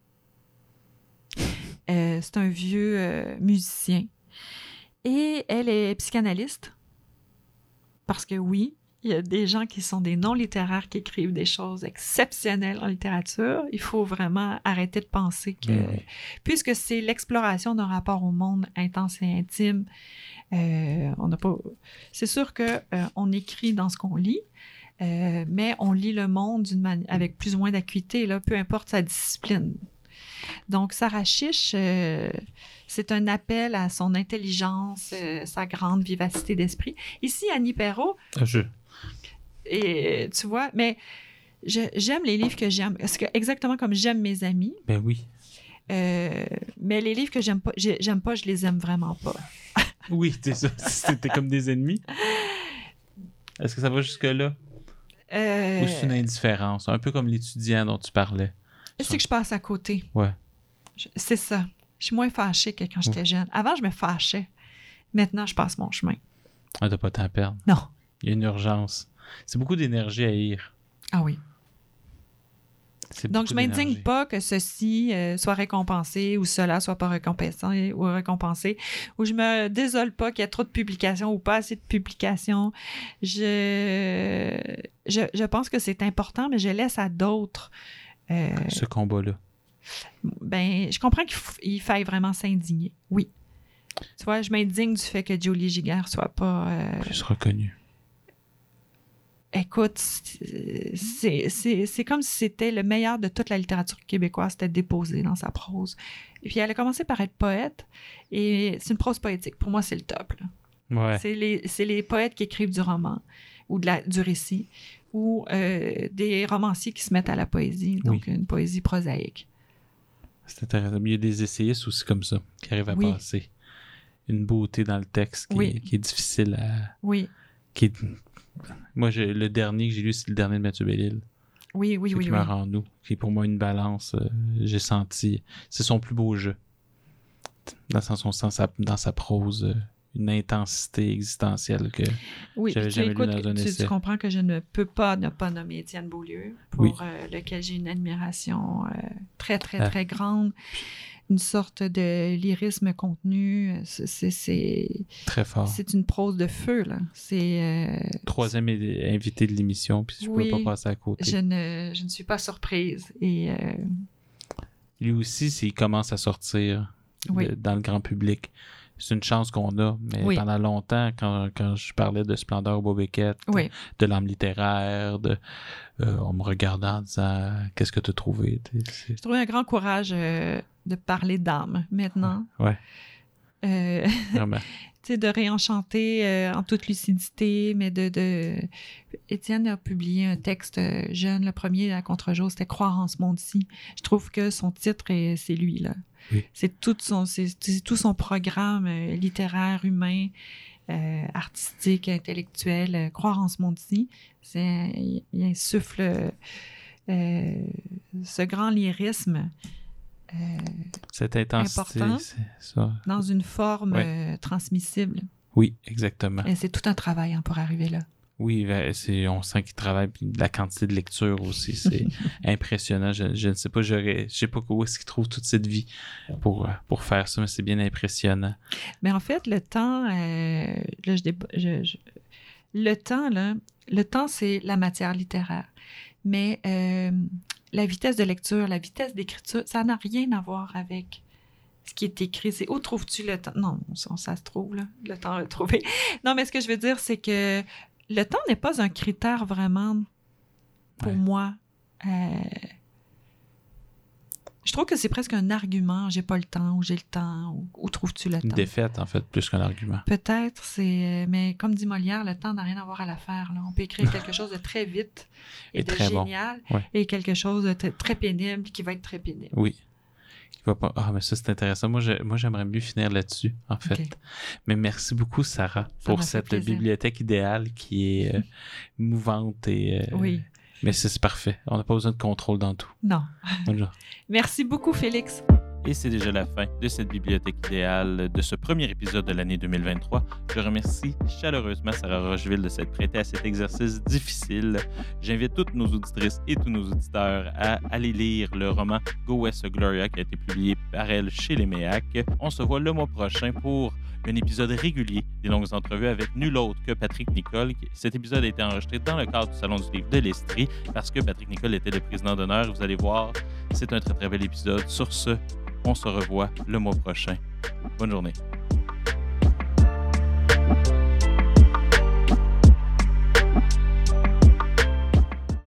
Euh, c'est un vieux euh, musicien. Et elle est psychanalyste. Parce que oui, il y a des gens qui sont des non-littéraires qui écrivent des choses exceptionnelles en littérature. Il faut vraiment arrêter de penser que... Mmh. Puisque c'est l'exploration d'un rapport au monde intense et intime, euh, on n'a pas... C'est sûr qu'on euh, écrit dans ce qu'on lit, euh, mais on lit le monde d'une mani... avec plus ou moins d'acuité, là, peu importe sa discipline. Donc, Sarah Chiche, euh, c'est un appel à son intelligence, euh, sa grande vivacité d'esprit. Ici, Annie Perrault... Ah, je... Et tu vois, mais je, j'aime les livres que j'aime. Parce que exactement comme j'aime mes amis. Ben oui. Euh, mais les livres que j'aime pas, j'aime pas, je les aime vraiment pas. Oui, c'est ça. C'était comme des ennemis. Est-ce que ça va jusque-là? Euh... Ou c'est une indifférence, un peu comme l'étudiant dont tu parlais. C'est que je passe à côté. Ouais. Je... C'est ça. Je suis moins fâchée que quand j'étais ouais. jeune. Avant, je me fâchais. Maintenant, je passe mon chemin. Ah, t'as pas de temps à perdre. Non. Il y a une urgence. C'est beaucoup d'énergie à haïr. Ah oui. Donc, je ne m'indigne pas que ceci euh, soit récompensé ou cela soit pas récompensé ou récompensé, ou je me désole pas qu'il y ait trop de publications ou pas assez de publications. Je, je, je pense que c'est important, mais je laisse à d'autres. Euh, Ce combat-là. Ben, je comprends qu'il faille vraiment s'indigner. Oui. Tu vois, je m'indigne du fait que Julie Giguère soit pas... Euh, Plus reconnue. Écoute, c'est, c'est, c'est comme si c'était le meilleur de toute la littérature québécoise, c'était déposé dans sa prose. Et puis elle a commencé par être poète, et c'est une prose poétique. Pour moi, c'est le top. Là. Ouais. C'est, les, c'est les poètes qui écrivent du roman, ou de la, du récit, ou euh, des romanciers qui se mettent à la poésie, donc oui. Une poésie prosaïque. C'est intéressant. Il y a des essayistes aussi comme ça, qui arrivent à oui. passer une beauté dans le texte qui, oui. est, qui est difficile à... Oui. Qui est... Moi, je, le dernier que j'ai lu, c'est le dernier de Mathieu Bellil. Oui, oui, Ceux oui. qui oui. meurt en nous, qui est pour moi une balance. Euh, j'ai senti... C'est son plus beau jeu. Dans son sens, dans sa prose, euh, une intensité existentielle que oui, j'avais jamais écoutes, lu dans un tu, essai. Tu comprends que je ne peux pas ne pas nommer Étienne Beaulieu, pour oui. euh, lequel j'ai une admiration euh, très, très, ah. très grande. Une sorte de lyrisme contenu. C'est, c'est, c'est, très fort. C'est une prose de feu, là. C'est... Euh, Troisième é- invité de l'émission, puis je ne oui, pouvais pas passer à côté. Je ne, je ne suis pas surprise. Et, euh... Lui aussi, s'il commence à sortir oui. de, dans le grand public, c'est une chance qu'on a. Mais oui. pendant longtemps, quand, quand je parlais de Splendeur au Beau-Béquette, oui. de l'âme littéraire, de, euh, on me regardait en disant « Qu'est-ce que tu as trouvé? » J'ai trouvé un grand courage euh, de parler d'âme maintenant. Ouais. Euh, Vraiment. Tu sais, de réenchanter euh, en toute lucidité, mais de, de... Étienne a publié un texte jeune, le premier à Contre-jour, c'était « Croire en ce monde-ci ». Je trouve que son titre, est, c'est lui, là. Oui. C'est, tout son, c'est, c'est tout son programme euh, littéraire, humain, euh, artistique, intellectuel. Euh, Croire en ce monde-ci, c'est, il, il insuffle euh, ce grand lyrisme euh, cette intensité, important c'est ça. Dans une forme ouais. euh, transmissible. Oui, exactement. Et c'est tout un travail hein, pour arriver là. Oui, c'est, on sent qu'il travaille, puis la quantité de lecture aussi, c'est impressionnant. Je, je ne sais pas, j'aurais, je sais pas où est-ce qu'il trouve toute cette vie pour, pour faire ça, mais c'est bien impressionnant. Mais en fait, le temps, euh, là, je, je, je, le temps, là, le temps, c'est la matière littéraire. Mais euh, la vitesse de lecture, la vitesse d'écriture, ça n'a rien à voir avec ce qui est écrit. C'est où trouves-tu le temps? Non, ça, ça se trouve, là, le temps à le trouver. Non, mais ce que je veux dire, c'est que le temps n'est pas un critère vraiment pour ouais. moi. Euh, je trouve que c'est presque un argument. J'ai pas le temps ou j'ai le temps. Où, où trouves-tu le Une temps? Une défaite, en fait, plus qu'un argument. Peut-être, c'est... Mais comme dit Molière, le temps n'a rien à voir à l'affaire. Là. On peut écrire quelque chose de très vite et, et de génial bon. ouais. et quelque chose de t- très pénible qui va être très pénible. Oui. Va pas... Ah, mais ça, c'est intéressant. Moi, je... Moi, j'aimerais mieux finir là-dessus, en fait. Okay. Mais merci beaucoup, Sarah, ça pour cette bibliothèque idéale qui est euh, mouvante et... Euh... Oui. Mais c'est, c'est parfait. On n'a pas besoin de contrôle dans tout. Non. Bonjour. Merci beaucoup, Félix. Et c'est déjà la fin de cette bibliothèque idéale de ce premier épisode de l'année deux mille vingt-trois. Je remercie chaleureusement Sarah Rocheville de s'être prêtée à cet exercice difficile. J'invite toutes nos auditrices et tous nos auditeurs à aller lire le roman Go West Gloria qui a été publié par elle chez les Méac. On se voit le mois prochain pour un épisode régulier des longues entrevues avec nul autre que Patrick Nicole. Cet épisode a été enregistré dans le cadre du Salon du livre de l'Estrie parce que Patrick Nicole était le président d'honneur. Vous allez voir, c'est un très très bel épisode. Sur ce, on se revoit le mois prochain. Bonne journée.